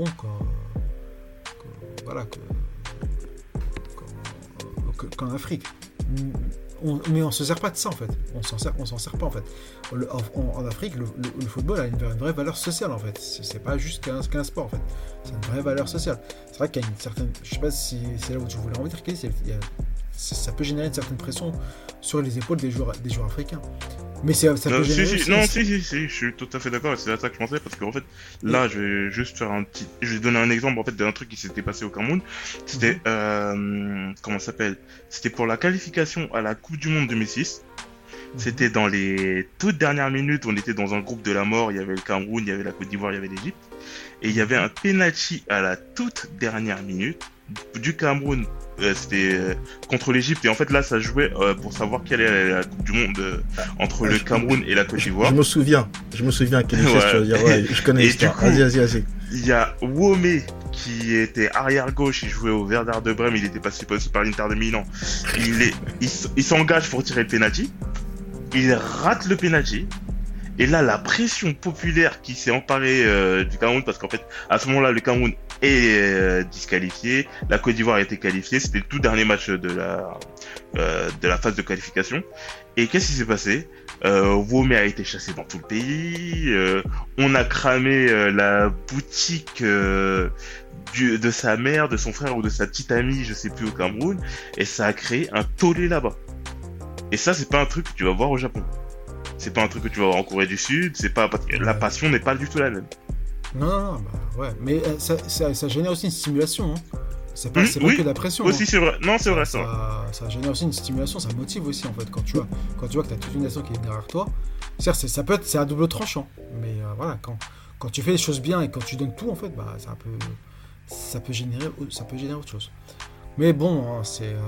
qu'en Afrique. Mais on se sert pas de ça en fait. On s'en sert pas en fait. En Afrique, le football a une vraie valeur sociale en fait. C'est pas juste qu'un sport en fait. C'est une vraie valeur sociale. C'est vrai qu'il y a une certaine. Je sais pas si c'est là où tu voulais en dire, ça peut générer une certaine pression sur les épaules des joueurs africains. Mais ça peut générer. Si, je suis tout à fait d'accord, et c'est à ça que je pensais, parce qu'en fait, là, je vais juste faire je vais donner un exemple, en fait, d'un truc qui s'était passé au Cameroun. C'était, comment ça s'appelle? C'était pour la qualification à la Coupe du Monde 2006. C'était dans les toutes dernières minutes, on était dans un groupe de la mort, il y avait le Cameroun, il y avait la Côte d'Ivoire, il y avait l'Égypte. Et il y avait un penalty à la toute dernière minute du Cameroun. C'était contre l'Égypte, et en fait là ça jouait pour savoir quelle est la Coupe du Monde entre le Cameroun et la Côte d'Ivoire. Je me souviens quelle chose tu vas dire. Ouais, je connais l'histoire. Vas-y. Il y a Womé qui était arrière gauche, il jouait au Werder de Brême, il était passé par l'Inter de Milan. Il s'engage pour tirer le penalty, il rate le penalty. Et là, la pression populaire qui s'est emparée du Cameroun, parce qu'en fait, à ce moment-là, le Cameroun est disqualifié, la Côte d'Ivoire a été qualifiée, c'était le tout dernier match de la phase de qualification. Et qu'est-ce qui s'est passé? Womé a été chassé dans tout le pays, on a cramé la boutique de sa mère, de son frère ou de sa petite amie, je sais plus, au Cameroun, et ça a créé un tollé là-bas. Et ça, c'est pas un truc que tu vas voir au Japon. C'est pas un truc que tu vas voir en Corée du Sud, c'est pas, la passion n'est pas du tout la même. Non, ouais, mais ça génère aussi une stimulation. Hein. C'est pas que de la pression. Aussi, hein. C'est vrai. Non, c'est vrai, ça génère aussi une stimulation, ça motive aussi en fait. Quand tu vois que t'as toute une nation qui est derrière toi, certes, c'est à double tranchant. Mais voilà, quand tu fais les choses bien et quand tu donnes tout en fait, bah ça peut générer autre chose. Mais bon,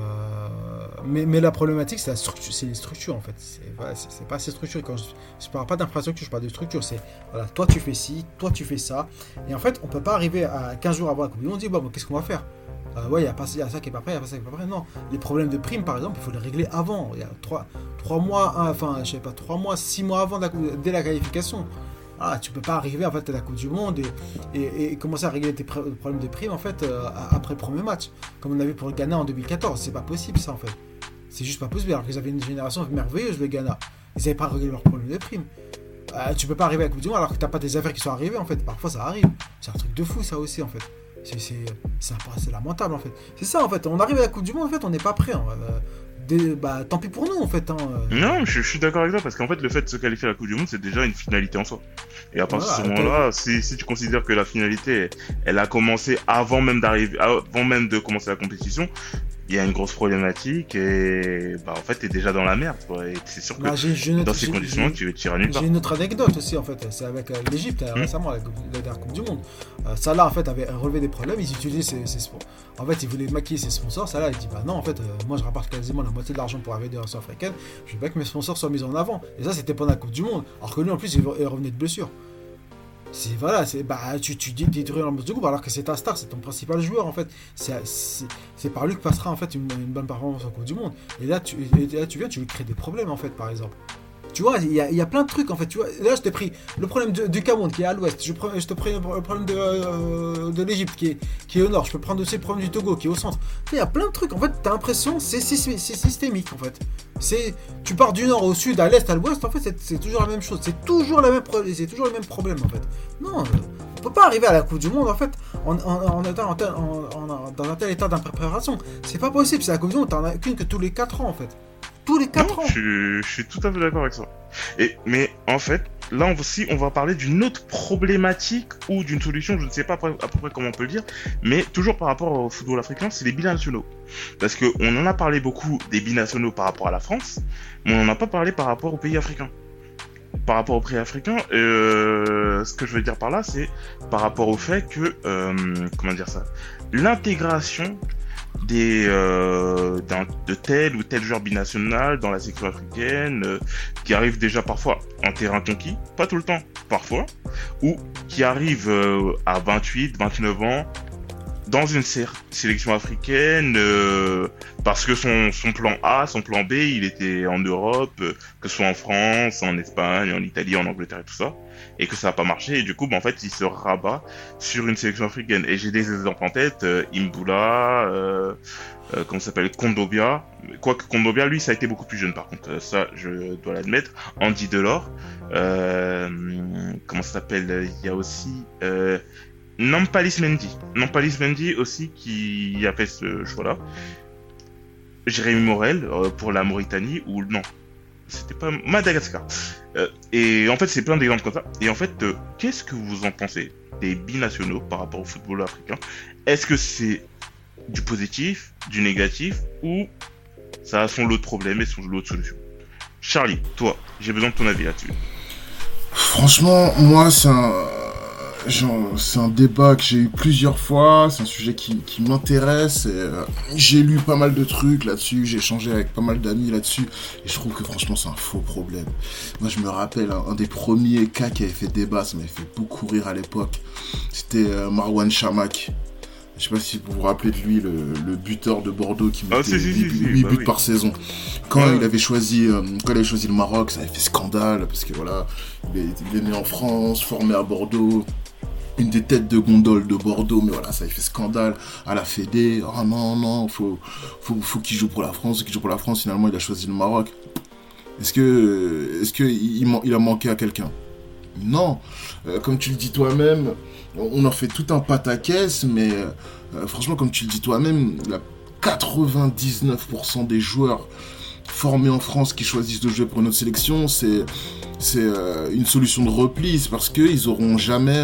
mais la problématique, c'est les structures en fait. C'est pas ces structures. Quand je parle pas d'infrastructure, je parle de structure. C'est voilà, toi tu fais ci, toi tu fais ça. Et en fait, on peut pas arriver à 15 jours avant la Coupe du Monde, on dit bon, qu'est-ce qu'on va faire? Ouais, il y a ça qui est pas prêt, il y a pas ça qui est pas prêt. Non, les problèmes de primes par exemple, il faut les régler avant. Il y a 3 mois, 6 mois avant dès la qualification. Ah, tu peux pas arriver en fait à la Coupe du Monde et commencer à régler tes problèmes de primes en fait après le premier match, comme on a vu pour le Ghana en 2014. C'est pas possible ça en fait. C'est juste pas possible. Alors qu'ils avaient une génération merveilleuse, le Ghana. Ils n'avaient pas réglé leurs problèmes de primes. Tu peux pas arriver à la Coupe du Monde alors que t'as pas des affaires qui sont arrivées en fait. Parfois ça arrive. C'est un truc de fou ça aussi en fait. C'est lamentable en fait. C'est ça en fait. On arrive à la Coupe du Monde en fait, on n'est pas prêt. Hein. Tant pis pour nous en fait. Hein. Non, je suis d'accord avec toi parce qu'en fait le fait de se qualifier à la Coupe du Monde c'est déjà une finalité en soi. Et à partir de ce moment-là, si tu considères que la finalité elle a commencé avant même de commencer la compétition, il y a une grosse problématique et en fait t'es déjà dans la merde quoi. Et c'est sûr que dans ces conditions tu tireras nulle part. J'ai une autre anecdote aussi en fait, c'est avec l'Égypte récemment, la dernière Coupe du Monde. Salah en fait avait relevé des problèmes, ils utilisaient ses sponsors. En fait il voulait maquiller ses sponsors, Salah il dit bah non en fait moi je rapporte quasiment la moitié de l'argent pour la fédération africaine, je veux pas que mes sponsors soient mis en avant. Et ça c'était pendant la Coupe du Monde, alors que lui en plus il revenait de blessure. Tu détruis l'ambiance du groupe alors que c'est ta star, c'est ton principal joueur en fait. C'est par lui que passera en fait une bonne performance en Coupe du Monde. Et là tu lui crées des problèmes en fait par exemple. Tu vois, il y a plein de trucs en fait. Tu vois, là je t'ai pris le problème du Cameroun qui est à l'ouest, je te prends le problème de l'Égypte qui est au nord, je peux prendre aussi le problème du Togo qui est au centre. Il y a plein de trucs en fait, t'as l'impression c'est systémique en fait. Tu pars du nord au sud, à l'est, à l'ouest, en fait c'est toujours la même chose, c'est toujours le même problème en fait. Non, on peut pas arriver à la Coupe du Monde en fait en étant dans un tel état d'impréparation. C'est pas possible, c'est la Coupe du Monde, t'en as qu'une que tous les 4 ans en fait. Tous les 4 ans. Je suis tout à fait d'accord avec ça. Mais en fait, là aussi, on va parler d'une autre problématique ou d'une solution, je ne sais pas à peu près comment on peut le dire, mais toujours par rapport au football africain, c'est les binationaux. Parce qu'on en a parlé beaucoup des binationaux par rapport à la France, mais on n'en a pas parlé par rapport aux pays africains. Par rapport aux pays africains, ce que je veux dire par là, c'est par rapport au fait que, l'intégration de tel ou tel joueur binational dans la sélection africaine qui arrive déjà parfois en terrain conquis, pas tout le temps, parfois, ou qui arrive à 28, 29 ans dans une sélection africaine parce que son plan A, son plan B, il était en Europe, que ce soit en France, en Espagne, en Italie, en Angleterre et tout ça, et que ça n'a pas marché, et du coup, en fait, il se rabat sur une sélection africaine. Et j'ai des exemples en tête, Imbula, comment ça s'appelle, Kondobia, quoique Kondobia, lui, ça a été beaucoup plus jeune par contre, ça, je dois l'admettre, Andy Delors, comment ça s'appelle, il y a aussi... Nampalys Mendy aussi qui a fait ce choix-là. Jérémy Morel pour la Mauritanie ou non, c'était pas Madagascar. Et en fait, c'est plein d'exemples comme ça. Et en fait, qu'est-ce que vous en pensez des binationaux par rapport au football africain? Est-ce que c'est du positif, du négatif, ou ça a son lot de problèmes et son lot de solutions? Charlie, toi, j'ai besoin de ton avis là-dessus. Franchement, moi, c'est un débat que j'ai eu plusieurs fois, c'est un sujet qui m'intéresse, et j'ai lu pas mal de trucs là-dessus, j'ai échangé avec pas mal d'amis là-dessus, et je trouve que franchement c'est un faux problème. Moi je me rappelle, un des premiers cas qui avait fait débat, ça m'avait fait beaucoup rire à l'époque, c'était Marwan Chamakh. Je sais pas si vous vous rappelez de lui, le buteur de Bordeaux qui mettait 8 buts par saison. Quand il avait choisi le Maroc, ça avait fait scandale, parce que voilà, il est né en France, formé à Bordeaux, une des têtes de gondole de Bordeaux, mais voilà, ça avait fait scandale à la Fédé. Oh non, faut qu'il joue pour la France, finalement il a choisi le Maroc. Est-ce que il a manqué à quelqu'un? Non, comme tu le dis toi-même, on en fait tout un pataquès, mais franchement, comme tu le dis toi-même, 99% des joueurs formés en France qui choisissent de jouer pour notre sélection, c'est une solution de repli, c'est parce qu'ils auront jamais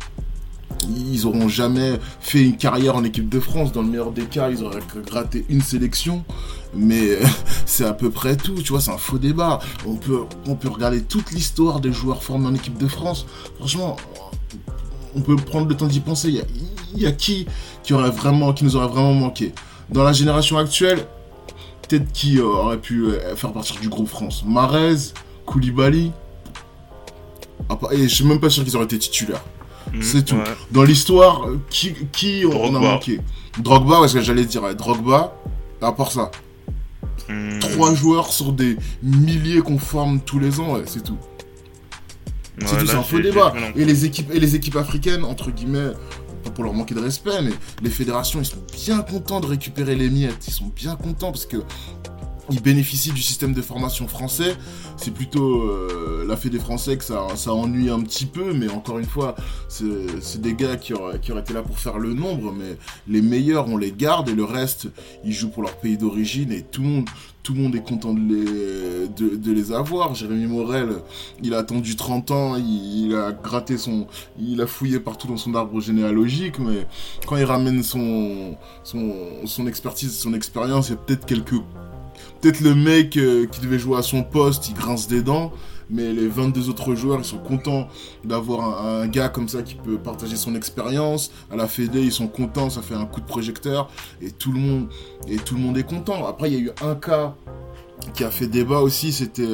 fait une carrière en équipe de France. Dans le meilleur des cas, ils auraient gratté une sélection, mais c'est à peu près tout, tu vois, c'est un faux débat. On peut regarder toute l'histoire des joueurs formés en équipe de France. Franchement, on peut prendre le temps d'y penser. Il y a qui nous aurait vraiment manqué. Dans la génération actuelle, peut-être qui aurait pu faire partie du groupe France. Mahrez, Koulibaly, et je suis même pas sûr qu'ils auraient été titulaires. C'est tout. Ouais. Dans l'histoire, qui on a manqué? Drogba, ouais, ce que j'allais dire. Ouais, Drogba, à part ça. 3 joueurs sur des milliers qu'on forme tous les ans, ouais, c'est tout. Ouais, c'est tout, c'est un faux débat. Et les équipes africaines, entre guillemets, pas pour leur manquer de respect, mais les fédérations, ils sont bien contents de récupérer les miettes. Ils sont bien contents parce que il bénéficie du système de formation français. C'est plutôt la Fédé français que ça ennuie un petit peu, mais encore une fois, c'est des gars qui auraient été là pour faire le nombre, mais les meilleurs, on les garde, et le reste, ils jouent pour leur pays d'origine, et tout le monde est content de les avoir. Jérémy Morel, il a attendu 30 ans, il a gratté il a fouillé partout dans son arbre généalogique, mais quand il ramène son expertise, son expérience, il y a peut-être le mec qui devait jouer à son poste, il grince des dents, mais les 22 autres joueurs, ils sont contents d'avoir un gars comme ça qui peut partager son expérience. À la Fédé, ils sont contents, ça fait un coup de projecteur, et tout le monde est content. Après, il y a eu un cas qui a fait débat aussi, c'était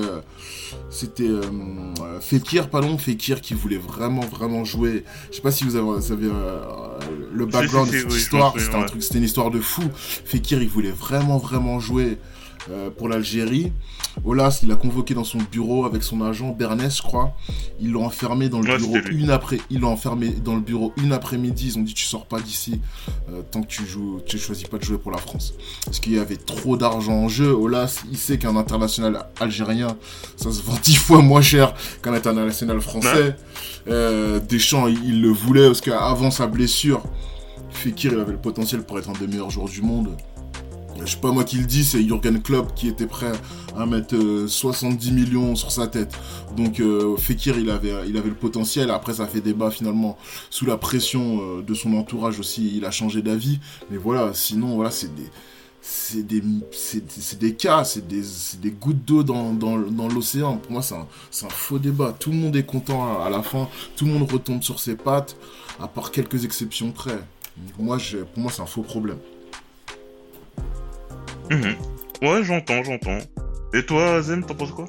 Fekir qui voulait vraiment jouer. Je sais pas si vous savez le background de cette histoire, c'était une histoire de fou. Fekir, il voulait vraiment jouer pour l'Algérie. Olas, il a convoqué dans son bureau avec son agent Bernès, je crois. Ils l'ont enfermé dans le bureau une après-midi. Ils ont dit tu sors pas d'ici tant que tu choisis pas de jouer pour la France. Parce qu'il y avait trop d'argent en jeu. Olas, il sait qu'un international algérien, ça se vend 10 fois moins cher qu'un international français. Deschamps, il le voulait parce qu'avant sa blessure, Fekir, il avait le potentiel pour être un des meilleurs joueurs du monde. Je sais pas moi qui le dis, c'est Jürgen Klopp qui était prêt à mettre 70 millions sur sa tête. Donc Fekir, il avait le potentiel. Après, ça fait débat finalement. Sous la pression de son entourage aussi, il a changé d'avis. Mais voilà, sinon, voilà, c'est des cas, c'est des gouttes d'eau dans l'océan. Pour moi, c'est un faux débat. Tout le monde est content à la fin. Tout le monde retombe sur ses pattes, à part quelques exceptions près. Pour moi, c'est un faux problème. Ouais, j'entends. Et toi, Zem, t'en penses quoi?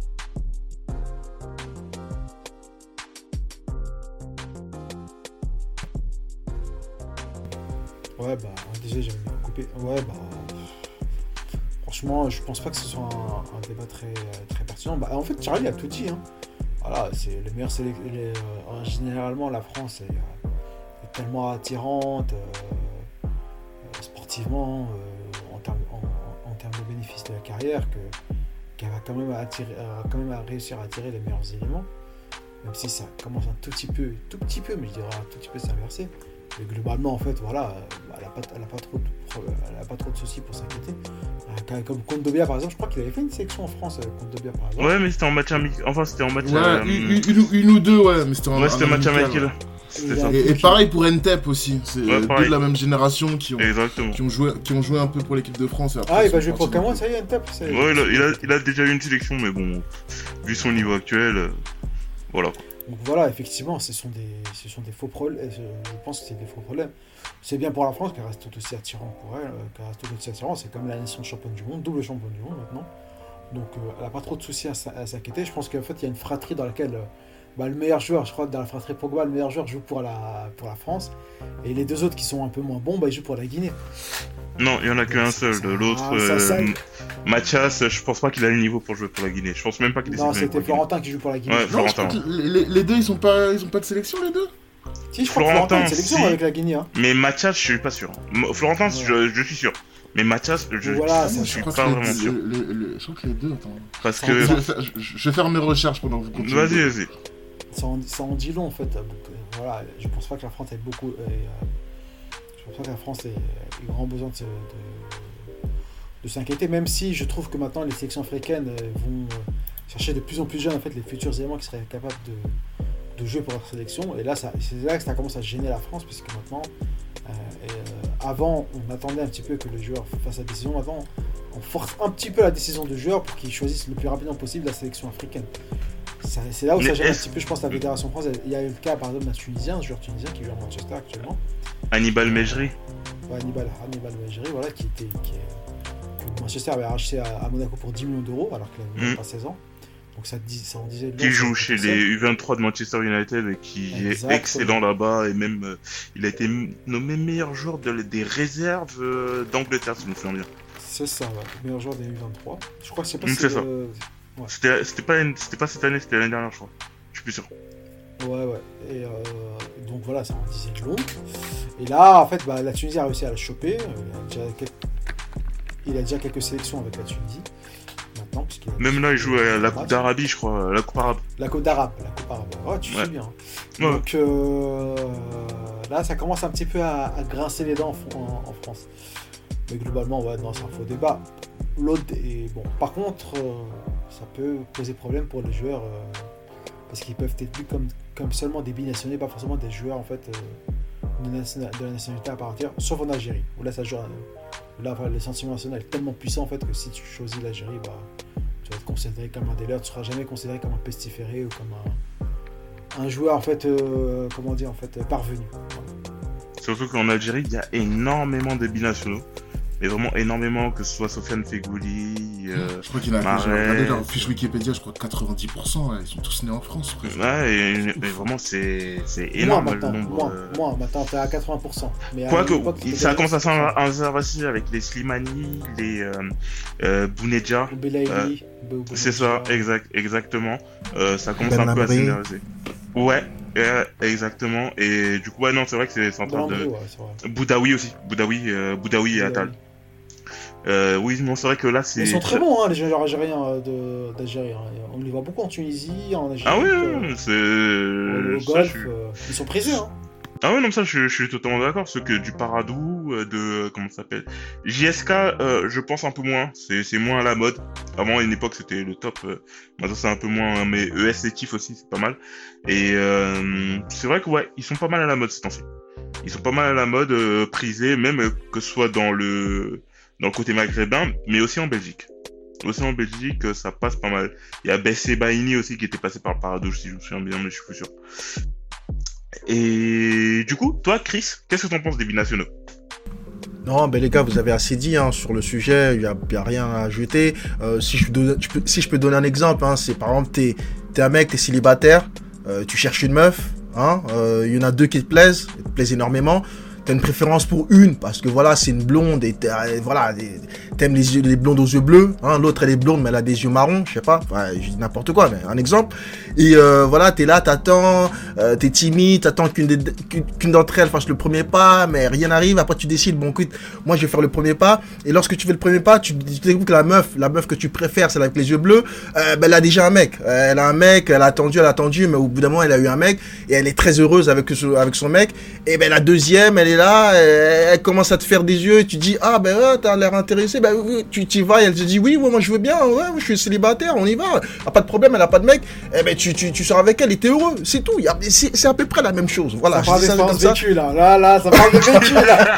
Ouais, bah, déjà, j'avais coupé. Ouais, bah. Franchement, je pense pas que ce soit un débat très pertinent. Bah, en fait, Charlie a tout dit. Hein. Voilà, c'est le meilleur généralement, la France est tellement attirante sportivement. En termes de bénéfices de la carrière, qu'elle va quand même réussir à attirer les meilleurs éléments, même si ça commence un tout petit peu, mais je dirais un tout petit peu s'inverser. Mais globalement, en fait, voilà, elle a pas trop de soucis pour s'inquiéter. Comme Kondogbia, par exemple, je crois qu'il avait fait une sélection en France, Kondogbia, par exemple. Ouais, mais c'était en match amical. Enfin, c'était en match. Ouais, une ou deux, ouais, mais c'était un match amical. Et pareil pour Ntep aussi, c'est deux de la même génération qui ont joué un peu pour l'équipe de France. Il va jouer pour Cameroun, ça y est, Ntep. Ouais, il a déjà eu une sélection, mais bon, vu son niveau actuel, voilà. Donc voilà, effectivement, ce sont des faux problèmes. Je pense que c'est des faux problèmes. C'est bien pour la France qu'elle reste tout aussi attirante pour elle, c'est comme la nation championne du monde, double championne du monde maintenant. Donc elle n'a pas trop de soucis à s'inquiéter. Je pense qu'en fait il y a une fratrie dans laquelle le meilleur joueur, je crois que dans la fratrie Pogba, le meilleur joueur joue pour la France, et les deux autres qui sont un peu moins bons, ils jouent pour la Guinée. Non, il y en a qu'un seul. L'autre, Mathias, je pense pas qu'il a le niveau pour jouer pour la Guinée. Je pense même pas qu'il est. Non, c'était Florentin qui joue pour la Guinée. Ouais, Florentin. Les deux, ils ont pas de sélection, les deux. Si, je crois que Florentin a une sélection avec la Guinée. Hein. Mais Mathias, je suis pas sûr. Florentin, je suis sûr. Mais Mathias, je suis pas vraiment sûr. Je crois que les deux, attends. Parce que... Je vais faire mes recherches pendant que vous continuez. Vas-y. Ça en dit long, en fait. Voilà, je pense pas que la France ait beaucoup... Je pense pas que la France ait grand besoin de s'inquiéter, même si je trouve que maintenant les sélections africaines vont chercher de plus en plus jeunes en fait, les futurs éléments qui seraient capables de jouer pour leur sélection. Et là, c'est là que ça commence à gêner la France, puisque maintenant, avant, on attendait un petit peu que le joueur fasse la décision. Maintenant, on force un petit peu la décision du joueur pour qu'il choisisse le plus rapidement possible la sélection africaine. C'est là où ça gêne un petit peu, je pense, la Fédération française. Il y a eu le cas, par exemple, d'un Tunisien, un joueur tunisien qui joue à Manchester actuellement. Hannibal Mejri. Ouais, Hannibal Mejri, voilà, que Manchester avait racheté à Monaco pour 10 millions d'euros, alors qu'il avait même pas 16 ans. Donc ça en disait... Qui joue chez les U23 de Manchester United et qui est excellent là-bas, et même il a été nommé meilleur joueur des réserves d'Angleterre, si je me souviens bien. C'est ça, ouais. Meilleur joueur des U23. Je crois que c'est pas... C'est ça. Ouais. C'était pas cette année, c'était l'année dernière, je crois. Je suis plus sûr. Ouais. Et donc voilà, ça en disait long. Et là, en fait, la Tunisie a réussi à la choper. Il a déjà quelques sélections avec la Tunisie. Maintenant, même là, il joue à la Coupe d'Arabie, je crois. La Coupe arabe. La Coupe d'Arabe. Oh, tu fais bien. Ouais. Donc là, ça commence un petit peu à grincer les dents en France. Mais globalement, non, c'est un faux débat. L'autre est bon. Par contre, ça peut poser problème pour les joueurs parce qu'ils peuvent être vus comme seulement des binationaux, pas forcément des joueurs en fait de la nationalité à partir, sauf en Algérie. Où là, ça joue. Là, le sentiment national est tellement puissant en fait que si tu choisis l'Algérie, tu vas être considéré comme un délire, tu seras jamais considéré comme un pestiféré ou comme un joueur en fait, parvenu. Voilà. Surtout qu'en Algérie, il y a énormément de binationaux. Mais vraiment énormément, que ce soit Sofiane Feghouli, je crois qu'il a regardé leur fiche Wikipédia, je crois que 90%, ils sont tous nés en France. Ouais, et vraiment, c'est énorme le nombre. Moi, maintenant, t'es à 80%. Quoique, ça commence à s'inverser avec les Slimani, les Bounedjah. Belaïli. C'est ça, exactement. Ça commence un peu à s'inverser. Ouais, exactement. Et du coup, non, c'est vrai que c'est en train de... Boudaoui aussi. Boudaoui et Attal. Oui, non, c'est vrai que là, c'est... Ils sont très bons, les joueurs algériens d'Algérie. On les voit beaucoup en Tunisie, en Algérie. Ah oui, c'est... Au Golfe, ils sont précieux, hein. Ah ouais, non, ça, je suis totalement d'accord. Ceux que du Paradou, comment ça s'appelle? JSK, je pense un peu moins. C'est moins à la mode. Avant, à une époque, c'était le top. Maintenant, c'est un peu moins, mais ES Sétif aussi, c'est pas mal. Et, c'est vrai que, ouais, ils sont pas mal à la mode, ces temps-ci. Ils sont pas mal à la mode, prisés, même que ce soit dans le côté maghrébin, mais aussi en Belgique. Aussi en Belgique, ça passe pas mal. Il y a Bessé Baini aussi qui était passé par le Paradou, si je me souviens bien, mais je suis plus sûr. Et du coup, toi, Chris, qu'est-ce que t'en penses des binationaux? Non, les gars, vous avez assez dit sur le sujet, il y a rien à ajouter. Si je peux donner un exemple, c'est par exemple, t'es un mec, t'es célibataire, tu cherches une meuf, il y en a deux qui te plaisent énormément. T'as une préférence pour une parce que voilà, c'est une blonde et voilà, t'aimes les blondes aux yeux bleus, l'autre elle est blonde mais elle a des yeux marrons, je sais pas, je dis n'importe quoi, mais un exemple. Et voilà, t'es là, t'attends, t'es timide, t'attends qu'une d'entre elles fasse le premier pas, mais rien n'arrive. Après tu décides, bon écoute, moi je vais faire le premier pas. Et lorsque tu fais le premier pas, tu découvres que la meuf que tu préfères, celle avec les yeux bleus, elle a déjà un mec. Elle a un mec, elle a attendu, mais au bout d'un moment elle a eu un mec et elle est très heureuse avec son mec. Et la deuxième, elle est là, elle commence à te faire des yeux et tu dis t'as l'air intéressé, tu y vas et elle te dit oui, moi je veux bien, je suis célibataire, on y va, pas de problème, elle a pas de mec, tu sors avec elle et t'es heureux, c'est tout, c'est à peu près la même chose, voilà. Ça parle d'expérience vécue là, ça parle de vécu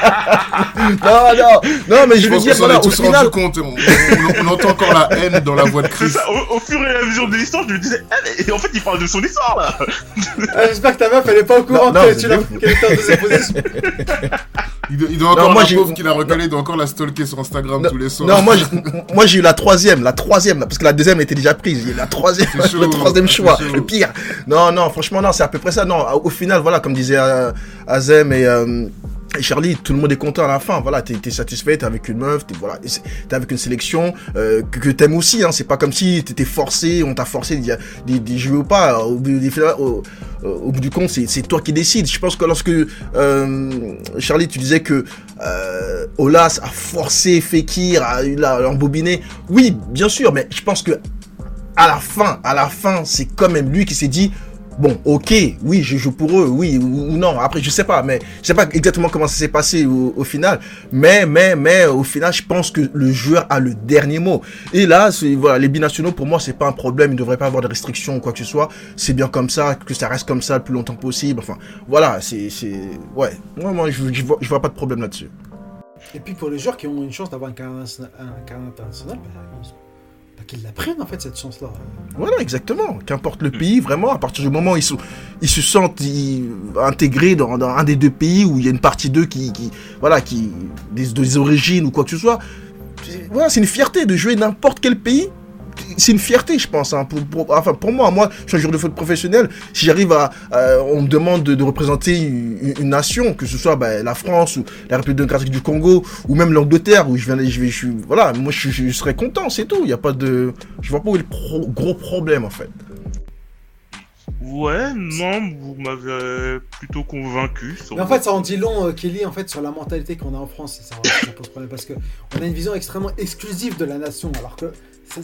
là. non, mais je veux dire, voilà, au final, compte, on entend encore la haine dans la voix de Chris. Au fur et à mesure de l'histoire, je me disais, en fait il parle de son histoire là. J'espère que ta meuf elle est pas au courant qu'elle était en deuxième position. Il doit encore, la pauvre qu'il a recalé, il doit encore la stalker sur Instagram tous les soirs. Non, moi j'ai eu la troisième, parce que la deuxième était déjà prise. Il y a la troisième, le troisième choix, le pire. Non, franchement, non, c'est à peu près ça. Non, au final, voilà, comme disait Azem et Charlie, tout le monde est content à la fin. Voilà, t'es satisfait, t'es avec une meuf, t'es avec une sélection que t'aimes aussi. C'est pas comme si t'étais forcé, on t'a forcé d'y jouer ou pas. Au bout du compte, c'est toi qui décides. Je pense que lorsque Charlie, tu disais que Olas a forcé Fekir à embobiné, oui, bien sûr, mais je pense que à la fin, c'est quand même lui qui s'est dit. Bon, ok, oui, je joue pour eux, oui ou non. Après, je sais pas exactement comment ça s'est passé au final, mais au final, je pense que le joueur a le dernier mot. Et là, voilà, les binationaux, pour moi, c'est pas un problème. Il ne devrait pas avoir de restrictions ou quoi que ce soit. C'est bien comme ça, que ça reste comme ça le plus longtemps possible. Enfin, voilà, ouais. Moi, je vois pas de problème là-dessus. Et puis pour les joueurs qui ont une chance d'avoir un carnet international, qu'ils la prennent en fait cette chance-là. Voilà, exactement. Qu'importe le pays, vraiment, à partir du moment où ils se sentent intégrés dans un des deux pays où il y a une partie d'eux qui des origines ou quoi que ce soit. Voilà, c'est une fierté de jouer n'importe quel pays. C'est une fierté, je pense. Pour moi, je suis un joueur de foot professionnel. Si j'arrive on me demande de représenter une nation, que ce soit la France ou la République démocratique du Congo ou même l'Angleterre, où voilà, moi je serais content, c'est tout. Il y a pas de, je vois pas où est le gros problème en fait. Ouais, non, vous m'avez plutôt convaincu. Mais en fait, ça en dit long, Kelly, en fait, sur la mentalité qu'on a en France. Ça pose problème parce qu'on a une vision extrêmement exclusive de la nation, alors que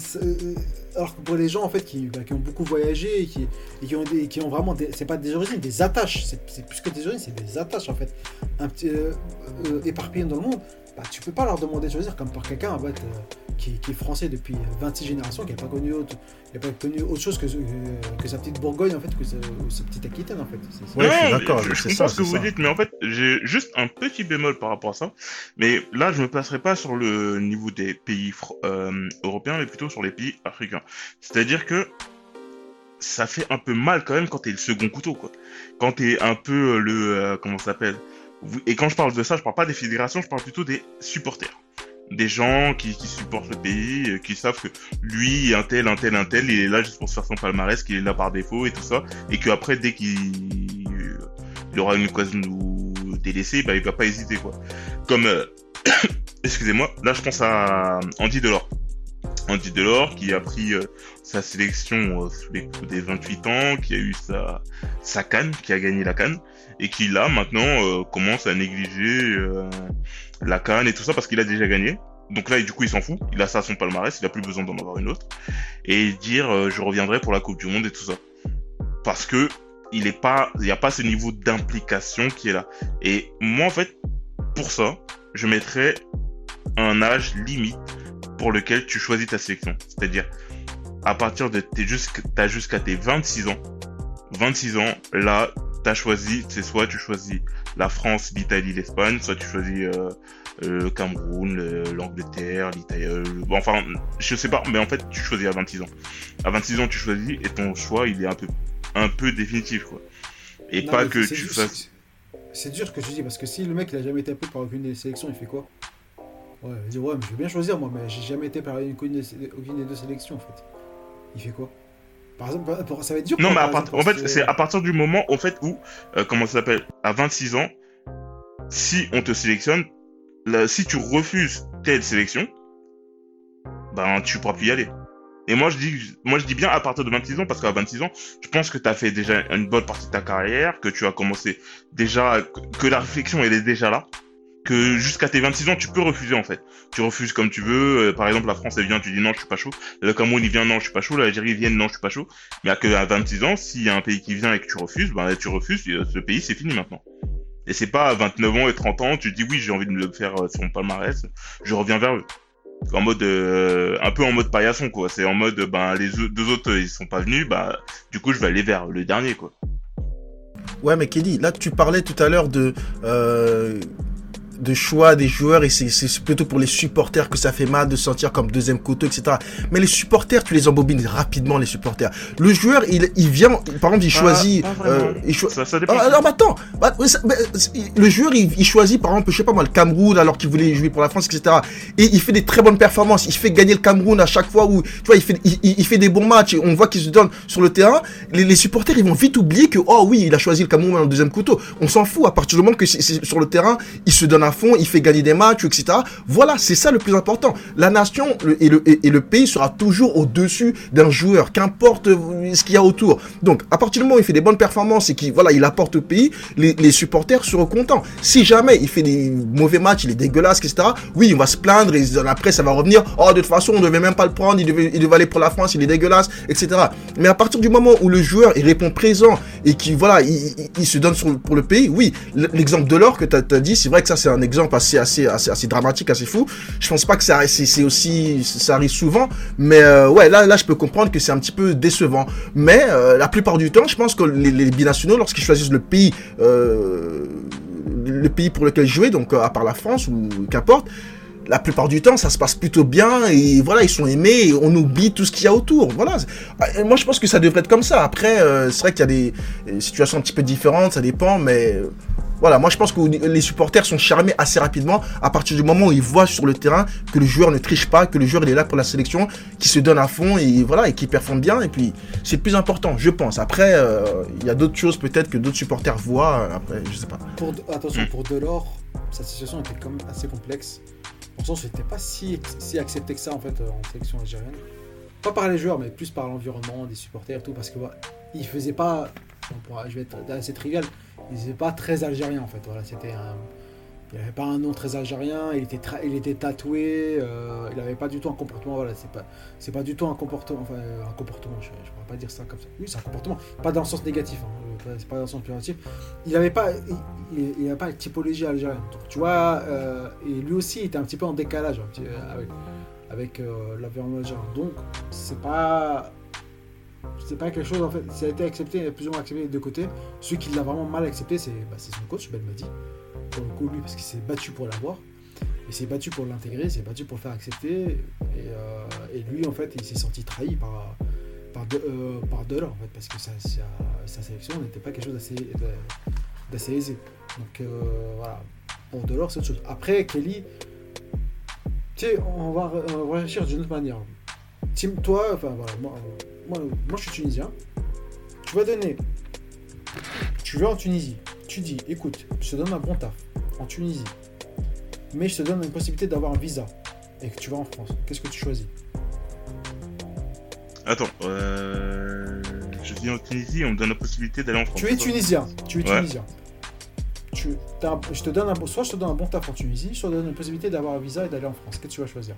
pour les gens en fait qui ont beaucoup voyagé et qui ont vraiment c'est pas des origines, des attaches. C'est plus que des origines, c'est des attaches en fait. Un petit éparpillé dans le monde. Bah, tu peux pas leur demander de choisir comme par quelqu'un en fait, qui est français depuis 26 générations, qui n'a pas connu autre chose que sa petite Bourgogne en fait, que sa petite Aquitaine en fait. Ouais, je suis d'accord, je c'est comprends ça, ce que c'est vous ça. dites, mais en fait, j'ai juste un petit bémol par rapport à ça. Mais là, je me placerai pas sur le niveau des pays européens, mais plutôt sur les pays africains. C'est-à-dire que ça fait un peu mal quand même quand t'es le second couteau, quoi. Quand t'es un peu comment ça s'appelle? Et quand je parle de ça, je parle pas des fédérations, je parle plutôt des supporters. Des gens qui supportent le pays, qui savent que lui, un tel, il est là juste pour se faire son palmarès, qu'il est là par défaut et tout ça, et qu'après, dès qu'il aura une occasion de nous délaisser, bah, il va pas hésiter, quoi. Comme, excusez-moi, là, je pense à Andy Delors. Andy Delors, qui a pris sa sélection sous les coups des 28 ans, qui a eu sa CAN, qui a gagné la CAN, et qui là maintenant commence à négliger la CAN et tout ça parce qu'il a déjà gagné. Donc là, du coup, il s'en fout. Il a ça à son palmarès, il a plus besoin d'en avoir une autre. Et dire je reviendrai pour la Coupe du Monde et tout ça. Parce que il y a pas ce niveau d'implication qui est là. Et moi, en fait, pour ça, je mettrais un âge limite pour lequel tu choisis ta sélection. C'est-à-dire, à partir de t'as jusqu'à tes 26 ans. 26 ans, là, t'as choisi, c'est soit tu choisis la France, l'Italie, l'Espagne, soit tu choisis le Cameroun, l'Angleterre, l'Italie, enfin, je sais pas, mais en fait, tu choisis à 26 ans. À 26 ans, tu choisis et ton choix, il est un peu définitif, quoi. Et non, pas que tu fasses... C'est dur ce que tu dis, parce que si le mec, il a jamais été appelé par aucune des sélections, il fait quoi? Ouais, il dit, ouais, mais je veux bien choisir, moi, mais j'ai jamais été par aucune des deux sélections, en fait. Il fait quoi? Par exemple, ça va être dur. Non, mais en fait, c'est à partir du moment en fait où, comment ça s'appelle, à 26 ans, si on te sélectionne, si tu refuses telle sélection, ben tu pourras plus y aller. Et moi je dis bien à partir de 26 ans parce qu'à 26 ans, je pense que tu as fait déjà une bonne partie de ta carrière, que tu as commencé déjà, que la réflexion elle est déjà là. Que jusqu'à tes 26 ans, tu peux refuser en fait. Tu refuses comme tu veux. Par exemple, la France, elle vient, tu dis non, je suis pas chaud. Le Cameroun, il vient, non, je suis pas chaud. L'Algérie, vient, non, je suis pas chaud. Mais à 26 ans, s'il y a un pays qui vient et que tu refuses, ben tu refuses. Ce pays, c'est fini maintenant. Et c'est pas à 29 ans et 30 ans, tu dis oui, j'ai envie de me le faire sur mon palmarès. Je reviens vers eux. En mode, un peu en mode paillasson quoi. C'est en mode, ben les deux autres, ils sont pas venus. Bah, du coup, je vais aller vers le dernier quoi. Ouais, mais Kelly, là, tu parlais tout à l'heure de choix des joueurs et c'est plutôt pour les supporters que ça fait mal de se sentir comme deuxième couteau, etc. Mais les supporters, tu les embobines rapidement, les supporters. Le joueur, il vient, par exemple, il choisit... ça dépend. Alors, attends, le joueur, il choisit, par exemple, je sais pas moi, le Cameroun, alors qu'il voulait jouer pour la France, etc. Et il fait des très bonnes performances. Il fait gagner le Cameroun à chaque fois où, tu vois, il fait des bons matchs et on voit qu'il se donne sur le terrain. Les supporters, ils vont vite oublier que, oh oui, il a choisi le Cameroun en deuxième couteau. On s'en fout à partir du moment que c'est sur le terrain, il se donne à fond, il fait gagner des matchs, etc. Voilà, c'est ça le plus important. La nation et le pays sera toujours au-dessus d'un joueur, qu'importe ce qu'il y a autour. Donc, à partir du moment où il fait des bonnes performances et qu'il apporte au pays, les supporters seront contents. Si jamais il fait des mauvais matchs, il est dégueulasse, etc. Oui, on va se plaindre et après ça va revenir. Oh, de toute façon, on devait même pas le prendre, il devait aller pour la France, il est dégueulasse, etc. Mais à partir du moment où le joueur il répond présent et qu'il il se donne pour le pays, oui, l'exemple de l'or que t'as dit, c'est vrai que ça c'est un exemple assez dramatique, assez fou. Je pense pas que ça arrive souvent, mais ouais, là je peux comprendre que c'est un petit peu décevant. Mais la plupart du temps, je pense que les binationaux, lorsqu'ils choisissent le pays pour lequel jouer, donc à part la France ou qu'importe, la plupart du temps, ça se passe plutôt bien et voilà, ils sont aimés et on oublie tout ce qu'il y a autour. Voilà. Moi, je pense que ça devrait être comme ça. Après, c'est vrai qu'il y a des situations un petit peu différentes, ça dépend, mais voilà, moi je pense que les supporters sont charmés assez rapidement à partir du moment où ils voient sur le terrain que le joueur ne triche pas, que le joueur il est là pour la sélection, qui se donne à fond et voilà, et qui performe bien. Et puis c'est le plus important, je pense. Après, il y a d'autres choses peut-être que d'autres supporters voient. Après, je sais pas. Attention, pour Delors, sa situation était quand même assez complexe. En sens, c'était pas si accepté que ça en fait en sélection algérienne. Pas par les joueurs, mais plus par l'environnement, des supporters et tout, parce que il faisait pas, je vais être assez trivial, il faisait pas très algérien en fait. Voilà, il n'avait pas un nom très algérien, il était tatoué, il n'avait pas du tout un comportement, voilà, c'est pas du tout un comportement, je pourrais pas dire ça comme ça. Oui, c'est un comportement, pas dans le sens négatif, hein, c'est pas dans le sens péjoratif. Il n'avait pas la typologie algérienne. Donc, tu vois, et lui aussi il était un petit peu en décalage avec l'environnement algérien. Donc c'est pas quelque chose, en fait, ça a été accepté, plus ou moins accepté des deux côtés. Celui qui l'a vraiment mal accepté, c'est son coach, Belmadi. Pour le coup, lui, parce qu'il s'est battu pour l'avoir, il s'est battu pour l'intégrer, il s'est battu pour le faire accepter, et lui, en fait, il s'est senti trahi par Delors, en fait, parce que sa sélection n'était pas quelque chose d'assez aisé. Donc voilà, pour Delors, c'est autre chose. Après, Kelly, tu sais, on va réfléchir d'une autre manière. Tim, toi, enfin voilà, moi je suis tunisien, tu vas en Tunisie. Tu dis, écoute, je te donne un bon taf en Tunisie, mais je te donne une possibilité d'avoir un visa et que tu vas en France. Qu'est-ce que tu choisis? Attends, je viens en Tunisie et on me donne la possibilité d'aller en France. Tu es tunisien. Ouais. Je te donne soit je te donne un bon taf en Tunisie, soit je te donne une possibilité d'avoir un visa et d'aller en France. Qu'est-ce que tu vas choisir?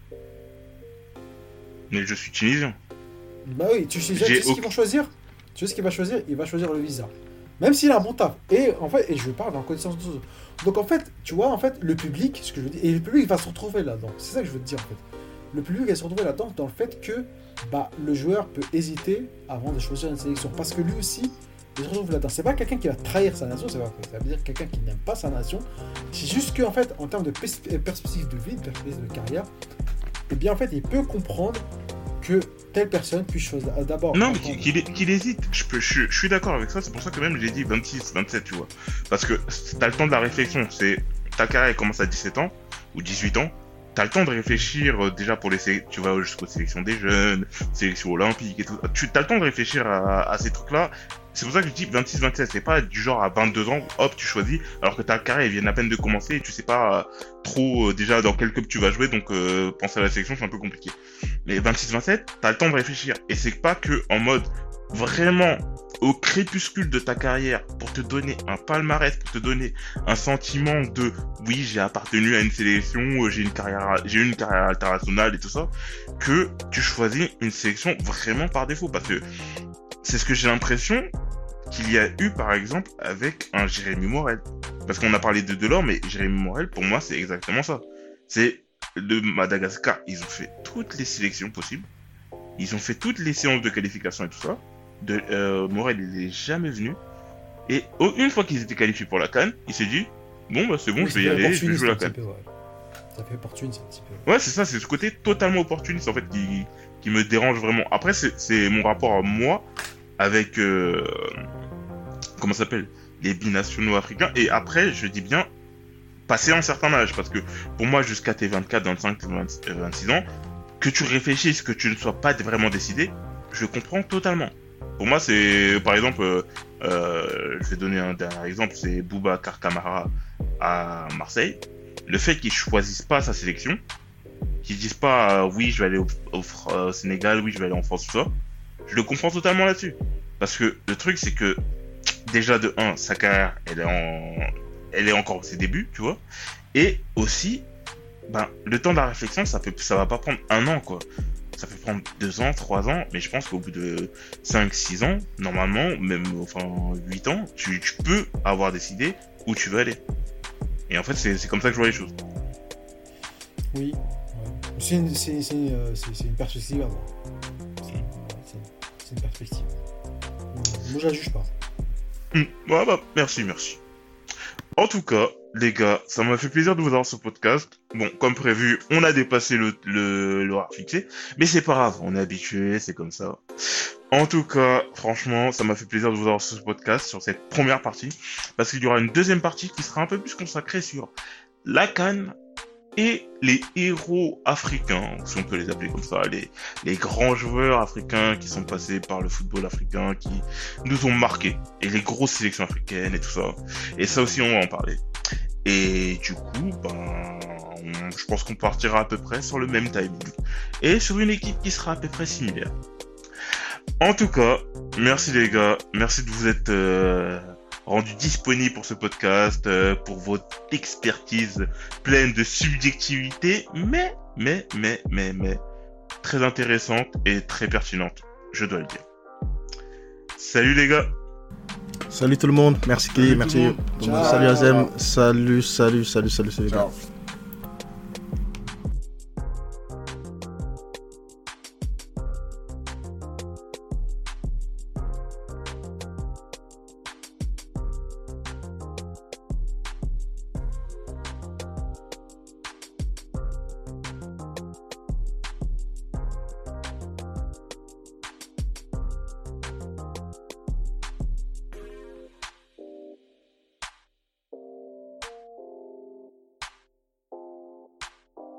Mais je suis tunisien. Bah oui, tu sais ce qu'il va choisir? Tu sais ce qu'il va choisir? Il va choisir le visa. Même s'il a un bon taf. Et en fait, je parle en connaissance de cause. Donc en fait, tu vois, en fait, le public, ce que je veux dire, et le public va se retrouver là-dedans. C'est ça que je veux te dire en fait. Le public va se retrouver là-dedans dans le fait que le joueur peut hésiter avant de choisir une sélection. Parce que lui aussi, il se retrouve là-dedans. C'est pas quelqu'un qui va trahir sa nation, ça veut dire quelqu'un qui n'aime pas sa nation. C'est juste qu'en fait, en termes de perspective de vie, de perspective de carrière, eh bien en fait, il peut comprendre que telle personne puisse choisir d'abord. Non, mais qu'il hésite. Je suis d'accord avec ça. C'est pour ça que même j'ai dit 26, 27, tu vois. Parce que t'as le temps de la réflexion. Ta carrière commence à 17 ans ou 18 ans. T'as le temps de réfléchir déjà pour tu vas jusqu'aux sélections des jeunes, sélections olympiques et tout. T'as le temps de réfléchir à ces trucs-là. C'est pour ça que je dis 26, 27. C'est pas du genre à 22 ans, hop, tu choisis. Alors que ta carrière, elle vient à peine de commencer et tu sais pas trop déjà dans quel club tu vas jouer. Donc penser à la sélection, c'est un peu compliqué. Mais 26, 27, t'as le temps de réfléchir. Et c'est pas que en mode vraiment au crépuscule de ta carrière pour te donner un palmarès, pour te donner un sentiment de oui, j'ai appartenu à une sélection, j'ai eu une carrière internationale et tout ça, que tu choisis une sélection vraiment par défaut. Parce que c'est ce que j'ai l'impression qu'il y a eu par exemple avec un Jérémy Morel. Parce qu'on a parlé de Delors, mais Jérémy Morel, pour moi, c'est exactement ça. C'est le Madagascar, ils ont fait toutes les sélections possibles. Ils ont fait toutes les séances de qualification et tout ça. Morel, il n'est jamais venu. Et une fois qu'ils étaient qualifiés pour la CAN, il s'est dit bon, bah c'est bon, je vais y aller, je vais jouer la CAN. Ça fait opportuniste un petit peu. Ouais, c'est ça, c'est ce côté totalement opportuniste en fait qui me dérange vraiment. Après, c'est mon rapport à moi avec comment ça s'appelle, les binationaux africains. Et après, je dis bien passer un certain âge, parce que pour moi, jusqu'à tes 24, 25, 26 ans, que tu réfléchisses, que tu ne sois pas vraiment décidé, je comprends totalement. Pour moi, c'est, par exemple, je vais donner un dernier exemple, c'est Boubacar Kamara à Marseille. Le fait qu'il choisisse pas sa sélection, qu'il dise pas oui, je vais aller au Sénégal, oui, je vais aller en France, tout ça, je le comprends totalement là-dessus. Parce que le truc, c'est que déjà de 1, sa carrière, elle est encore à ses débuts, tu vois. Et aussi, le temps de la réflexion, ça va pas prendre 1 an, quoi. Ça peut prendre 2 ans, 3 ans, mais je pense qu'au bout de 5, 6 ans, normalement, même, 8 ans, tu peux avoir décidé où tu veux aller. Et en fait, c'est comme ça que je vois les choses. Oui, ouais. C'est une perspective à voir. C'est une perspective. Moi, je la juge pas. Ouais, merci. En tout cas, les gars, ça m'a fait plaisir de vous avoir sur ce podcast. Bon, comme prévu, on a dépassé l'horaire fixé, mais c'est pas grave, on est habitué, c'est comme ça. En tout cas, franchement, ça m'a fait plaisir de vous avoir sur ce podcast, sur cette première partie, parce qu'il y aura une deuxième partie qui sera un peu plus consacrée sur la CAN et les héros africains, si on peut les appeler comme ça, les grands joueurs africains qui sont passés par le football africain, qui nous ont marqués, et les grosses sélections africaines et tout ça. Et ça aussi, on va en parler. Et du coup, je pense qu'on partira à peu près sur le même timing, et sur une équipe qui sera à peu près similaire. En tout cas, merci les gars, merci de vous être rendu disponible pour ce podcast, pour votre expertise pleine de subjectivité, mais très intéressante et très pertinente, je dois le dire. Salut les gars. Salut tout le monde, merci Kelly, merci. tout le monde. Ciao. Salut Azem, salut les gars. Ciao.